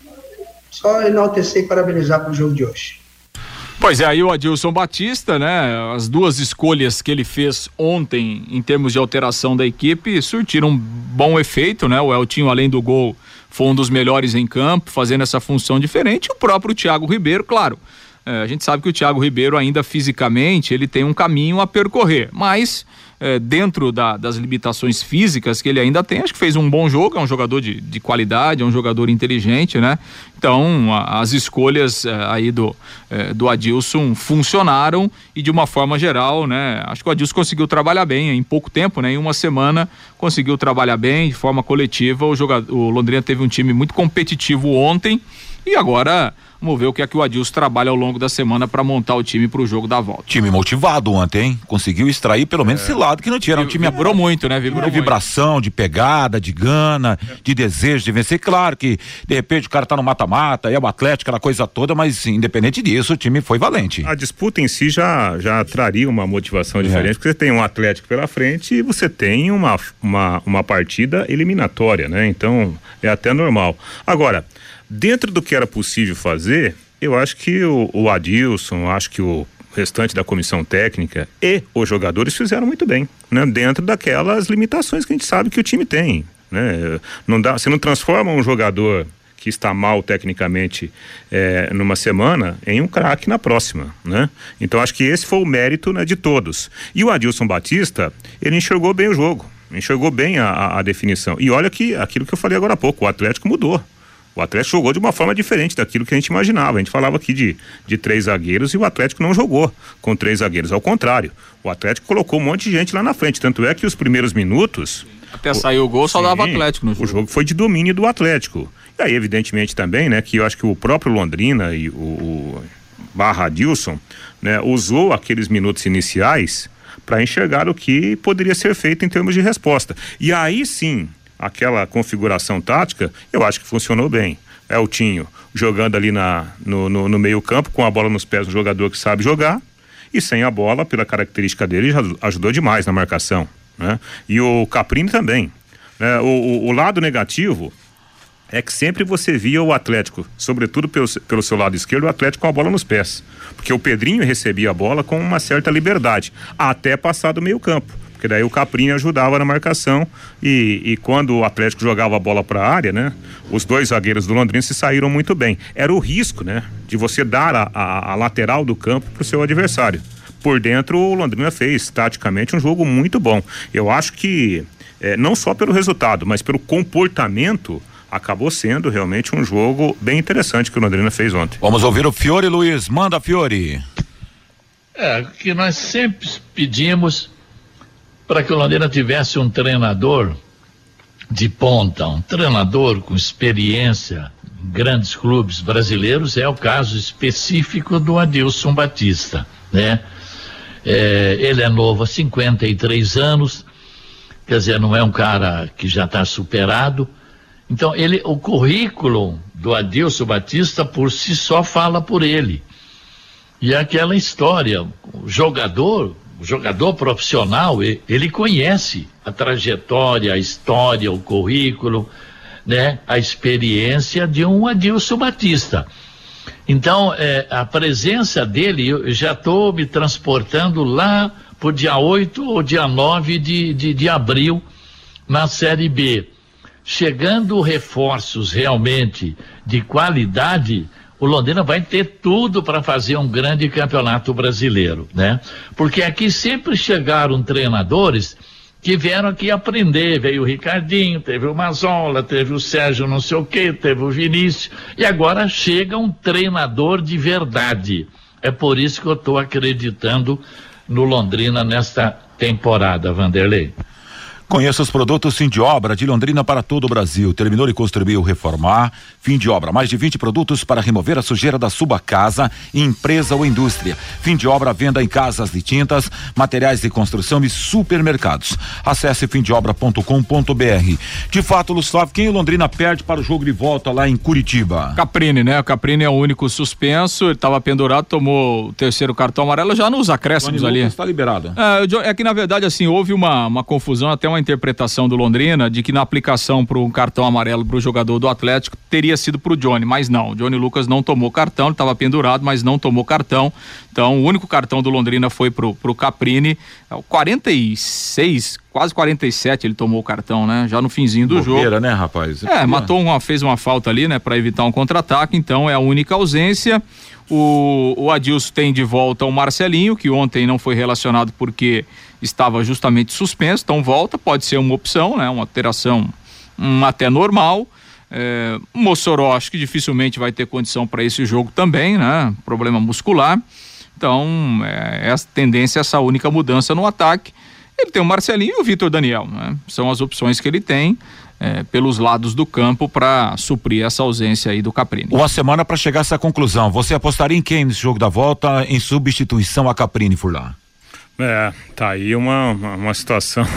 Speaker 8: só enaltecer e parabenizar pelo jogo de hoje.
Speaker 5: Pois é, aí o Adilson Batista, né? As duas escolhas que ele fez ontem em termos de alteração da equipe surtiram um bom efeito, né? O Eltinho, além do gol, foi um dos melhores em campo, fazendo essa função diferente. E o próprio Thiago Ribeiro, claro, é, a gente sabe que o Thiago Ribeiro ainda fisicamente ele tem um caminho a percorrer, mas é, dentro da, das limitações físicas que ele ainda tem, acho que fez um bom jogo, é um jogador de, de qualidade, é um jogador inteligente, né? Então a, as escolhas é, aí do, é, do Adilson funcionaram e de uma forma geral, né? Acho que o Adilson conseguiu trabalhar bem em pouco tempo, né? Em uma semana conseguiu trabalhar bem de forma coletiva. O, jogador, o Londrina teve um time muito competitivo ontem e agora vamos ver o que é que o Adilson trabalha ao longo da semana para montar o time para o jogo da volta.
Speaker 4: Time motivado ontem, hein? Conseguiu extrair pelo menos é. esse lado que não tinha. Era um time
Speaker 5: vibrou muito, né? Vibrou
Speaker 4: de vibração, muito. De pegada, de gana, é. de desejo de vencer. Claro que de repente o cara tá no mata-mata, é o Atlético, aquela coisa toda, mas independente disso, o time foi valente.
Speaker 3: A disputa em si já, já traria uma motivação diferente, é. porque você tem um Atlético pela frente e você tem uma, uma, uma partida eliminatória, né? Então é até normal. Agora, dentro do que era possível fazer, eu acho que o, o Adilson, acho que o restante da comissão técnica e os jogadores fizeram muito bem, né? Dentro daquelas limitações que a gente sabe que o time tem, né? Não dá, você não transforma um jogador que está mal tecnicamente é, numa semana em um craque na próxima, né? Então acho que esse foi o mérito, né, de todos. E o Adilson Batista, ele enxergou bem o jogo, enxergou bem a, a, a definição. E olha que aquilo que eu falei agora há pouco, o Atlético mudou. O Atlético jogou de uma forma diferente daquilo que a gente imaginava. A gente falava aqui de, de três zagueiros e o Atlético não jogou com três zagueiros. Ao contrário, o Atlético colocou um monte de gente lá na frente. Tanto é que os primeiros minutos...
Speaker 5: Até sair o gol, só dava Atlético no jogo.
Speaker 3: O jogo foi de domínio do Atlético. E aí, evidentemente, também, né, que eu acho que o próprio Londrina e o, o Barra Adilson, né, usou aqueles minutos iniciais para enxergar o que poderia ser feito em termos de resposta. E aí sim... aquela configuração tática, eu acho que funcionou bem. Eltinho jogando ali na, no, no, no meio campo, com a bola nos pés do jogador que sabe jogar, e sem a bola, pela característica dele, já ajudou demais na marcação, né? E o Caprini também, né? O, o, o lado negativo é que sempre você via o Atlético, sobretudo pelo, pelo seu lado esquerdo, o Atlético com a bola nos pés, porque o Pedrinho recebia a bola com uma certa liberdade, até passar do meio campo. Porque daí o Caprini ajudava na marcação e, e quando o Atlético jogava a bola para a área, né? Os dois zagueiros do Londrina se saíram muito bem. Era o risco, né? De você dar a, a, a lateral do campo para o seu adversário. Por dentro, o Londrina fez taticamente um jogo muito bom. Eu acho que, é, não só pelo resultado, mas pelo comportamento, acabou sendo realmente um jogo bem interessante que o Londrina fez ontem.
Speaker 4: Vamos ouvir o Fiore, Luiz. Manda, Fiore.
Speaker 6: É, o que nós sempre pedimos para que o Londrina tivesse um treinador de ponta, um treinador com experiência em grandes clubes brasileiros, é o caso específico do Adilson Batista, né? É, ele é novo há cinquenta e três anos, quer dizer, não é um cara que já está superado. Então, ele, o currículo do Adilson Batista por si só fala por ele. E aquela história, o jogador... O jogador profissional, ele conhece a trajetória, a história, o currículo, né? A experiência de um Adilson Batista. Então, é, a presença dele, eu já estou me transportando lá para o dia oito ou dia nove de, de, de abril, na Série B. Chegando reforços realmente de qualidade, o Londrina vai ter tudo para fazer um grande campeonato brasileiro, né? Porque aqui sempre chegaram treinadores que vieram aqui aprender. Veio o Ricardinho, teve o Mazola, teve o Sérgio não sei o quê, teve o Vinícius, e agora chega um treinador de verdade. É por isso que eu estou acreditando no Londrina nesta temporada, Vanderlei.
Speaker 4: Conheça os produtos Fim de Obra de Londrina para todo o Brasil. Terminou e construiu, reformar. Fim de Obra, mais de vinte produtos para remover a sujeira da sua casa, empresa ou indústria. Fim de Obra, venda em casas de tintas, materiais de construção e supermercados. Acesse fim de obra ponto com ponto b r. De fato, Luciano, quem o Londrina perde para o jogo de volta lá em Curitiba?
Speaker 5: Caprini, né? O Caprini é o único suspenso, ele estava pendurado, tomou o terceiro cartão amarelo já nos acréscimos ali.
Speaker 4: Está liberado.
Speaker 5: É, é que na verdade assim, houve uma, uma confusão, até uma interpretação do Londrina, de que na aplicação para um cartão amarelo para o jogador do Atlético teria sido para o Johnny, mas não, o Johnny Lucas não tomou cartão, ele estava pendurado, mas não tomou cartão, então o único cartão do Londrina foi pro, pro Caprini, quarenta e seis, quase quarenta e sete ele tomou o cartão, né? Já no finzinho do
Speaker 4: Bobeira,
Speaker 5: jogo.
Speaker 4: né, rapaz?
Speaker 5: É, é, matou uma, fez uma falta ali, né, para evitar um contra-ataque, então é a única ausência. O, o Adilson tem de volta o Marcelinho, que ontem não foi relacionado porque estava justamente suspenso, então volta, pode ser uma opção, né? Uma alteração um, até normal. É, o Mossoró acho que dificilmente vai ter condição para esse jogo também, né? Problema muscular. Então, é, essa tendência, essa única mudança no ataque. Ele tem o Marcelinho e o Vitor Daniel, né? São as opções que ele tem é, pelos lados do campo para suprir essa ausência aí do Caprini.
Speaker 4: Uma semana para chegar a essa conclusão. Você apostaria em quem nesse jogo da volta em substituição a Caprini, Furlan?
Speaker 3: É, tá aí uma, uma, uma situação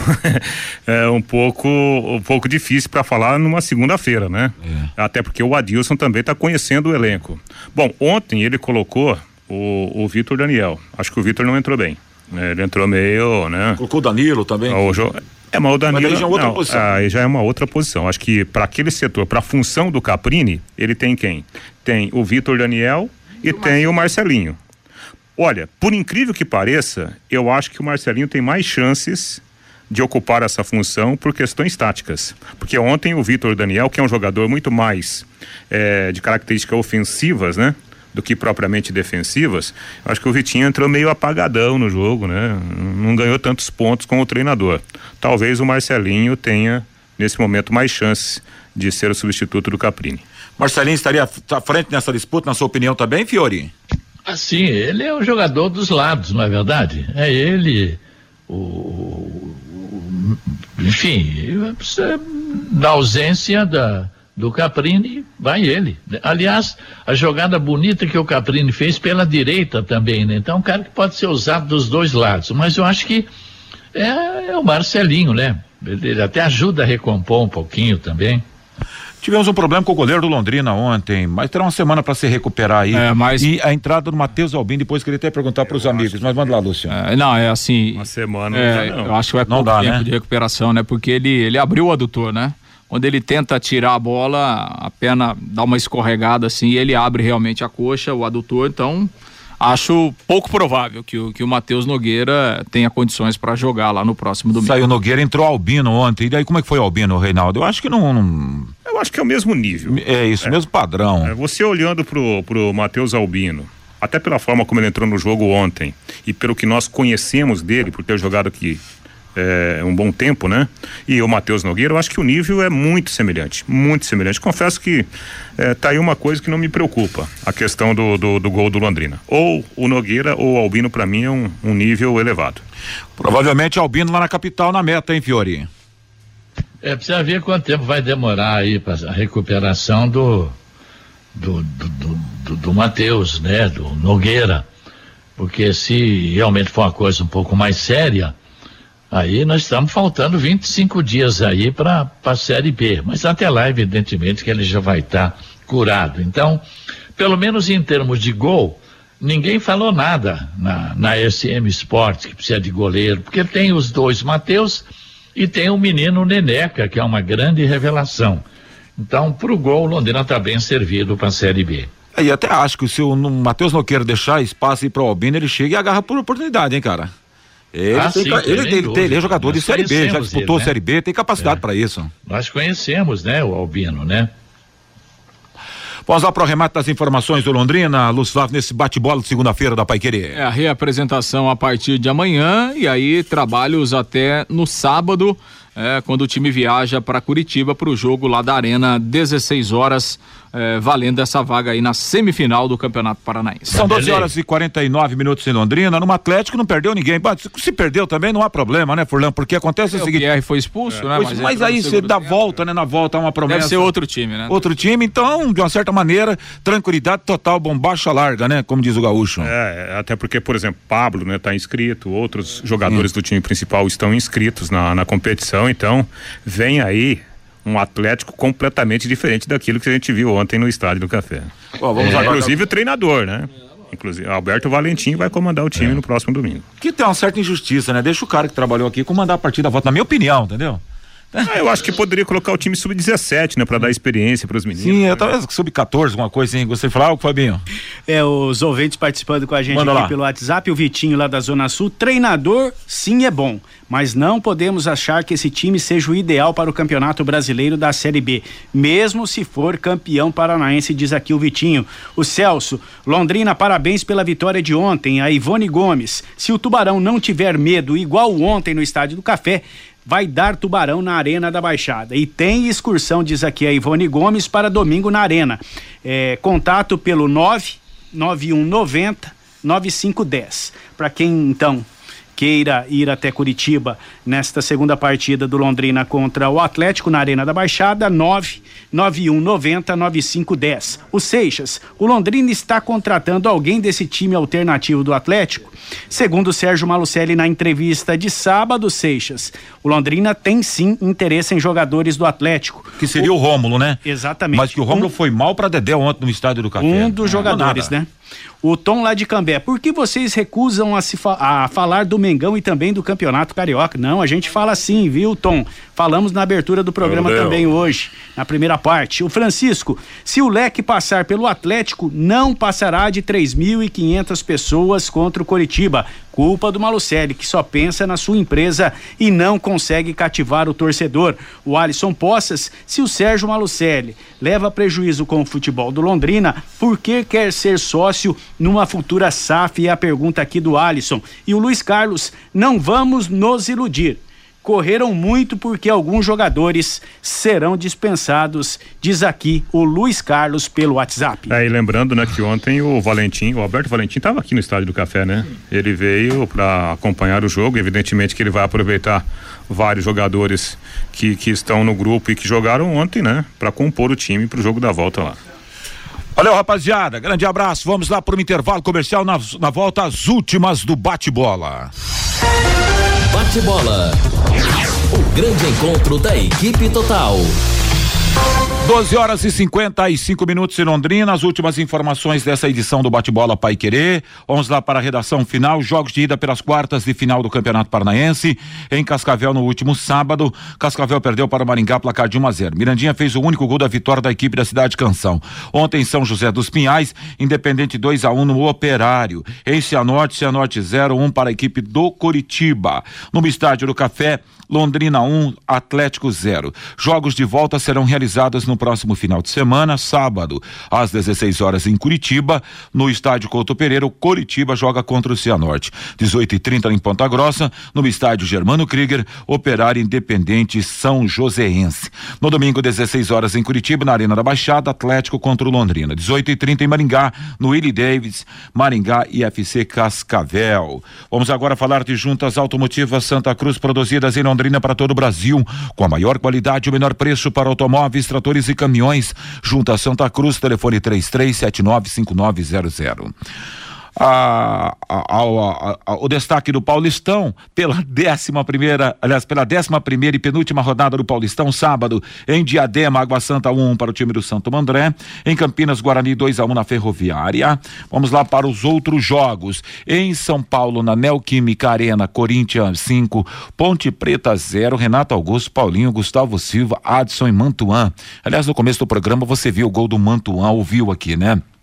Speaker 3: é, um pouco um pouco difícil para falar numa segunda-feira, né? É. Até porque o Adilson também tá conhecendo o elenco. Bom, ontem ele colocou o, o Vitor Daniel. Acho que o Vitor não entrou bem. Né? Ele entrou meio, né?
Speaker 4: Colocou o Danilo também.
Speaker 3: O jo... É, mas o Danilo
Speaker 4: mas aí já é outra
Speaker 3: não,
Speaker 4: posição.
Speaker 3: Aí já é uma outra posição. Acho que para aquele setor, para a função do Caprini, ele tem quem? Tem o Vitor Daniel e, e tem o Marcelinho. Olha, por incrível que pareça, eu acho que o Marcelinho tem mais chances de ocupar essa função por questões táticas. Porque ontem o Vitor Daniel, que é um jogador muito mais é, de características ofensivas, né? Do que propriamente defensivas, acho que o Vitinho entrou meio apagadão no jogo, né? Não ganhou tantos pontos com o treinador. Talvez o Marcelinho tenha, nesse momento, mais chances de ser o substituto do Caprini.
Speaker 4: Marcelinho estaria à frente nessa disputa, na sua opinião também, Fiori?
Speaker 6: Assim, ele é o jogador dos lados, não é verdade? É ele, o, o enfim, na ausência da, do Caprini, vai ele. Aliás, a jogada bonita que o Caprini fez pela direita também, né? Então, um cara que pode ser usado dos dois lados, mas eu acho que é, é o Marcelinho, né? Ele, ele até ajuda a recompor um pouquinho também.
Speaker 4: Tivemos um problema com o goleiro do Londrina ontem, mas terá uma semana para se recuperar aí.
Speaker 5: É, mas...
Speaker 4: E a entrada do Matheus Albin, depois queria até perguntar para os amigos, mas manda lá, Luciano.
Speaker 5: É, não, é assim.
Speaker 3: Uma semana
Speaker 5: é,
Speaker 3: não, não.
Speaker 5: Eu acho que vai
Speaker 4: não
Speaker 5: pouco
Speaker 4: dá,
Speaker 5: tempo
Speaker 4: né?
Speaker 5: de recuperação, né? Porque ele, ele abriu o adutor, né? Quando ele tenta tirar a bola, a perna dá uma escorregada assim e ele abre realmente a coxa, o adutor, então acho pouco provável que o, que o Matheus Nogueira tenha condições para jogar lá no próximo domingo.
Speaker 4: Saiu Nogueira, entrou Albino ontem, e daí como é que foi o Albino, Reinaldo? Eu acho que não... não...
Speaker 3: Eu acho que é o mesmo nível.
Speaker 4: É isso,
Speaker 3: é.
Speaker 4: mesmo padrão.
Speaker 3: É, você olhando pro, pro Matheus Albino, até pela forma como ele entrou no jogo ontem, e pelo que nós conhecemos dele, por ter jogado aqui é, um bom tempo, né? E o Matheus Nogueira, eu acho que o nível é muito semelhante, muito semelhante. Confesso que é, tá aí uma coisa que não me preocupa, a questão do, do, do gol do Londrina. Ou o Nogueira ou o Albino, para mim, é um, um nível elevado.
Speaker 4: Provavelmente Albino lá na capital, na meta, hein, Fiori?
Speaker 6: É, precisa ver quanto tempo vai demorar aí para a recuperação do do, do, do, do, do Matheus, né, do Nogueira, porque se realmente for uma coisa um pouco mais séria, aí nós estamos faltando vinte e cinco dias aí para a Série B, mas até lá, evidentemente, que ele já vai estar tá curado. Então, pelo menos em termos de gol, ninguém falou nada na, na S M Sports que precisa de goleiro, porque tem os dois Matheus e tem o menino Neneca, que é uma grande revelação. Então, pro gol, o Londrina está bem servido para a Série B.
Speaker 4: E até acho que se o Matheus não quer deixar espaço aí para o Albino, ele chega e agarra por oportunidade, hein, cara? Ele,
Speaker 6: ah,
Speaker 4: tem,
Speaker 6: sim,
Speaker 4: ele, ele, tem, ele é jogador
Speaker 6: Nós
Speaker 4: de Série B, já disputou
Speaker 6: ele, né?
Speaker 4: Série B, tem capacidade
Speaker 6: é.
Speaker 4: para isso.
Speaker 6: Nós conhecemos, né, o Albino, né?
Speaker 4: Vamos lá para o remate das informações do Londrina, Lúcio Flávio, nesse bate-bola de segunda-feira da Paiquerê.
Speaker 5: É a reapresentação a partir de amanhã e aí trabalhos até no sábado. é, quando o time viaja para Curitiba para o jogo lá da Arena, dezesseis horas, é, valendo essa vaga aí na semifinal do Campeonato Paranaense.
Speaker 4: São doze horas e quarenta e nove minutos em Londrina, no Atlético não perdeu ninguém. Se perdeu também não há problema, né, Furlan? Porque acontece é, o seguinte...
Speaker 5: O Pierre foi expulso, é. né?
Speaker 4: Mas, mas aí você dá tempo, volta, né? Na volta é uma promessa.
Speaker 5: Deve ser outro time, né?
Speaker 4: Outro time, então, de uma certa maneira, tranquilidade total, bombacha larga, né? Como diz o gaúcho.
Speaker 3: É, até porque, por exemplo, Pablo, né, tá inscrito, outros jogadores Sim. do time principal estão inscritos na, na competição, então vem aí um Atlético completamente diferente daquilo que a gente viu ontem no Estádio do Café. Oh, vamos é. agora... Inclusive o treinador, né? Inclusive, Alberto Valentim vai comandar o time é. no próximo domingo.
Speaker 4: Que tem uma certa injustiça, né? Deixa o cara que trabalhou aqui comandar a partida a volta, na minha opinião, entendeu?
Speaker 3: Ah, eu acho que poderia colocar o time sub dezessete, né? Pra dar experiência pros meninos.
Speaker 4: Sim,
Speaker 3: né?
Speaker 4: eu talvez sub catorze, alguma coisa assim. Você falar algo, Fabinho?
Speaker 7: É, os ouvintes participando com a gente
Speaker 4: Manda
Speaker 7: aqui
Speaker 4: lá.
Speaker 7: pelo WhatsApp, o Vitinho lá da Zona Sul. Treinador, sim, é bom, mas não podemos achar que esse time seja o ideal para o Campeonato Brasileiro da Série B, mesmo se for campeão paranaense, diz aqui o Vitinho. O Celso, Londrina, parabéns pela vitória de ontem. A Ivone Gomes, se o Tubarão não tiver medo igual ontem no Estádio do Café, vai dar Tubarão na Arena da Baixada. E tem excursão, diz aqui a Ivone Gomes, para domingo na Arena. É, contato pelo nove nove um nove zero nove cinco um zero. Para quem, então, queira ir até Curitiba nesta segunda partida do Londrina contra o Atlético na Arena da Baixada, nove nove um nove zero nove cinco um zero. O Seixas, o Londrina está contratando alguém desse time alternativo do Atlético? Segundo o Sérgio Malucelli na entrevista de sábado, Seixas, o Londrina tem sim interesse em jogadores do Atlético.
Speaker 4: Que seria o, o Rômulo, né?
Speaker 7: Exatamente.
Speaker 4: Mas que o Rômulo um, foi mal para Dedé ontem no Estádio do Café.
Speaker 7: Um dos jogadores, né? O Tom lá de Cambé, por que vocês recusam a, se fa- a falar do Mengão e também do Campeonato Carioca? Não, a gente fala sim, viu, Tom? Falamos na abertura do programa também hoje, na primeira parte. O Francisco, se o Leque passar pelo Atlético, não passará de três mil e quinhentas pessoas contra o Coritiba. Culpa do Malucelli, que só pensa na sua empresa e não consegue cativar o torcedor. O Alisson Poças, se o Sérgio Malucelli leva prejuízo com o futebol do Londrina, por que quer ser sócio numa futura S A F? É a pergunta aqui do Alisson. E o Luiz Carlos, não vamos nos iludir. Correram muito porque alguns jogadores serão dispensados, diz aqui o Luiz Carlos pelo WhatsApp.
Speaker 3: É, e lembrando, né, que ontem o Valentim, o Alberto Valentim estava aqui no Estádio do Café, né? Ele veio para acompanhar o jogo, evidentemente que ele vai aproveitar vários jogadores que, que estão no grupo e que jogaram ontem, né? Para compor o time pro jogo da volta lá.
Speaker 4: Valeu, rapaziada, grande abraço, vamos lá para o intervalo comercial, na, na volta as últimas do bate-bola.
Speaker 1: Bate-bola. O grande encontro da equipe total.
Speaker 4: doze horas e cinquenta e cinco minutos em Londrina, as últimas informações dessa edição do Bate-Bola Paiquerê. Vamos lá para a redação final, jogos de ida pelas quartas de final do Campeonato Paranaense. Em Cascavel no último sábado, Cascavel perdeu para o Maringá placar de um a zero. Mirandinha fez o único gol da vitória da equipe da Cidade Canção. Ontem em São José dos Pinhais, Independente dois a um no Operário. Em Cianorte, Cianorte zero a um para a equipe do Coritiba. No Estádio do Café, Londrina um, Atlético zero. Jogos de volta serão realizados no próximo final de semana, sábado, às dezesseis horas em Curitiba, no Estádio Couto Pereira. O Coritiba joga contra o Cianorte. dezoito e trinta em Ponta Grossa, no Estádio Germano Krieger, Operário Independente São Joséense. No domingo, dezesseis horas em Curitiba, na Arena da Baixada, Atlético contra o Londrina. dezoito e trinta em Maringá, no Willie Davis, Maringá e F C Cascavel. Vamos agora falar de juntas automotivas Santa Cruz, produzidas em Londrina para todo o Brasil, com a maior qualidade e o menor preço para automóveis, tratores e caminhões. Junta Santa Cruz, telefone três três sete nove cinco nove zero zero. A, a, a, a, o destaque do Paulistão pela décima primeira, aliás, pela décima primeira e penúltima rodada do Paulistão, sábado, em Diadema, Água Santa um para o time do Santo André, em Campinas, Guarani dois a um na Ferroviária. Vamos lá para os outros jogos. Em São Paulo, na Neoquímica Arena, Corinthians cinco, Ponte Preta zero, Renato Augusto, Paulinho, Gustavo Silva, Adson e Mantuan. Aliás, no começo do programa você viu o gol do Mantuan, ouviu aqui, né?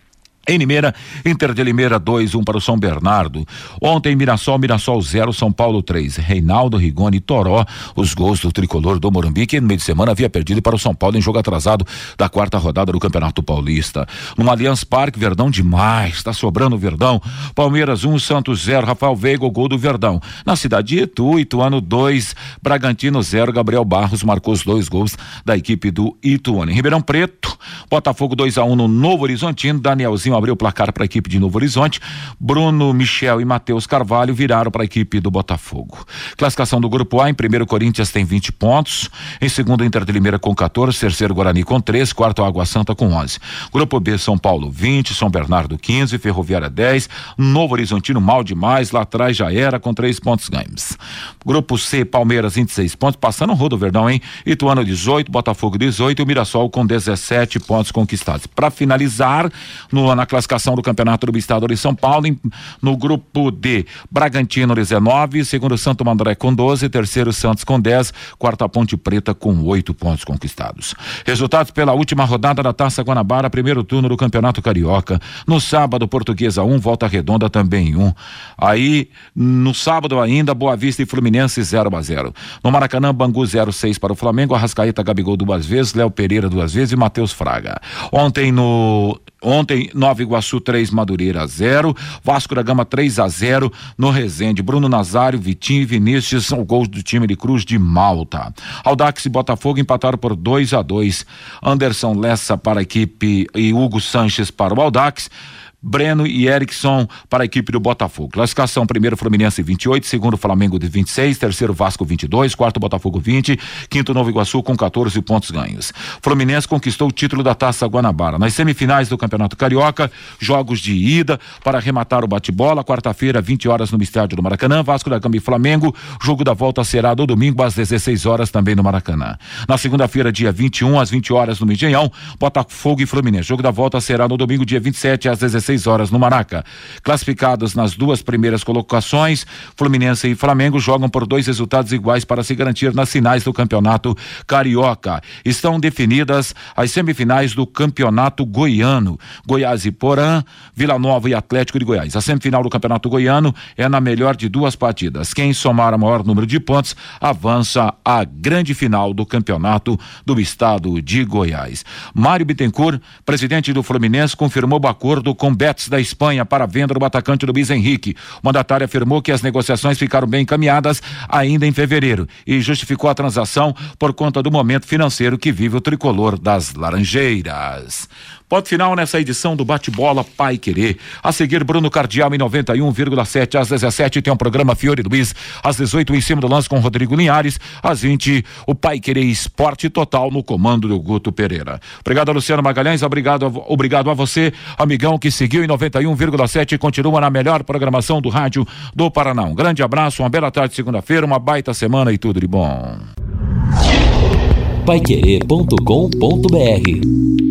Speaker 4: Em Limeira, Inter de Limeira dois, um para o São Bernardo. Ontem, Mirassol, Mirassol zero, São Paulo três. Reinaldo, Rigoni e Toró, os gols do tricolor do Morumbi, que no meio de semana havia perdido para o São Paulo em jogo atrasado da quarta rodada do Campeonato Paulista. No Allianz Parque, Verdão demais, tá sobrando Verdão. Palmeiras um, Santos zero, Rafael Veiga, o gol do Verdão. Na cidade de Itu, Ituano dois, Bragantino zero, Gabriel Barros marcou os dois gols da equipe do Ituano. Em Ribeirão Preto, Botafogo dois a um no Novo Horizontino, Danielzinho abriu o placar para a equipe de Novo Horizonte. Bruno, Michel e Matheus Carvalho viraram para a equipe do Botafogo. Classificação do grupo A: em primeiro, Corinthians tem vinte pontos, em segundo, Inter de Limeira com quatorze, terceiro, Guarani com treze, quarto, Água Santa com onze. Grupo B: São Paulo vinte, São Bernardo quinze, Ferroviária dez, Novo Horizontino mal demais, lá atrás já era com três pontos ganhos. Grupo C: Palmeiras vinte e seis pontos, passando o Rodo Verdão, hein? Ituano dezoito, Botafogo dezoito e o Mirassol com dezessete pontos conquistados. Para finalizar, no na classificação do Campeonato do Estado de São Paulo, em, no grupo D, Bragantino dezenove, segundo, Santo André com doze, terceiro, Santos com dez, quarto, a Ponte Preta com oito pontos conquistados. Resultados pela última rodada da Taça Guanabara, primeiro turno do Campeonato Carioca. No sábado, Portuguesa um, Volta Redonda também um. Aí, no sábado ainda, Boa Vista e Fluminense zero a zero. No Maracanã, Bangu zero a seis para o Flamengo, Arrascaeta, Gabigol duas vezes, Léo Pereira duas vezes e Matheus Fraga. Ontem no Ontem, Nova Iguaçu três, Madureira zero, Vasco da Gama três a zero no Resende. Bruno Nazário, Vitinho e Vinícius são gols do time de Cruz de Malta. Audax e Botafogo empataram por dois a dois. Anderson Lessa para a equipe e Hugo Sanches para o Audax. Breno e Erickson para a equipe do Botafogo. Classificação: primeiro, Fluminense vinte e oito, segundo, Flamengo de vinte e seis, terceiro, Vasco vinte e dois, quarto, Botafogo vinte, quinto, Nova Iguaçu com quatorze pontos ganhos. Fluminense conquistou o título da Taça Guanabara. Nas semifinais do Campeonato Carioca, jogos de ida para arrematar o bate-bola, quarta-feira, vinte horas no estádio do Maracanã, Vasco da Gama e Flamengo. Jogo da volta será no domingo às dezesseis horas também no Maracanã. Na segunda-feira, dia vinte e um, às vinte horas no Engenhão, Botafogo e Fluminense. Jogo da volta será no domingo, dia vinte e sete, às dezesseis horas no Maraca. Classificados nas duas primeiras colocações, Fluminense e Flamengo jogam por dois resultados iguais para se garantir nas finais do Campeonato Carioca. Estão definidas as semifinais do Campeonato Goiano: Goiás e Porã, Vila Nova e Atlético de Goiás. A semifinal do Campeonato Goiano é na melhor de duas partidas. Quem somar o maior número de pontos avança à grande final do Campeonato do Estado de Goiás. Mário Bittencourt, presidente do Fluminense, confirmou o acordo com Betis da Espanha para a venda do atacante do Luiz Henrique. O mandatário afirmou que as negociações ficaram bem encaminhadas ainda em fevereiro e justificou a transação por conta do momento financeiro que vive o tricolor das Laranjeiras. Ponto final nessa edição do Bate-Bola Pai Querer. A seguir, Bruno Cardial em noventa e um vírgula sete. Às dezessete tem o um programa Fiore Luiz. Às dezoito, em cima do lance com Rodrigo Linhares. Às vinte, o Pai Querer Esporte Total no comando do Guto Pereira. Obrigado a Luciano Magalhães, obrigado a, obrigado a você, amigão, que seguiu em noventa e um vírgula sete e continua na melhor programação do rádio do Paraná. Um grande abraço, uma bela tarde de segunda-feira, uma baita semana e tudo de bom.
Speaker 1: Paiquerê ponto com ponto br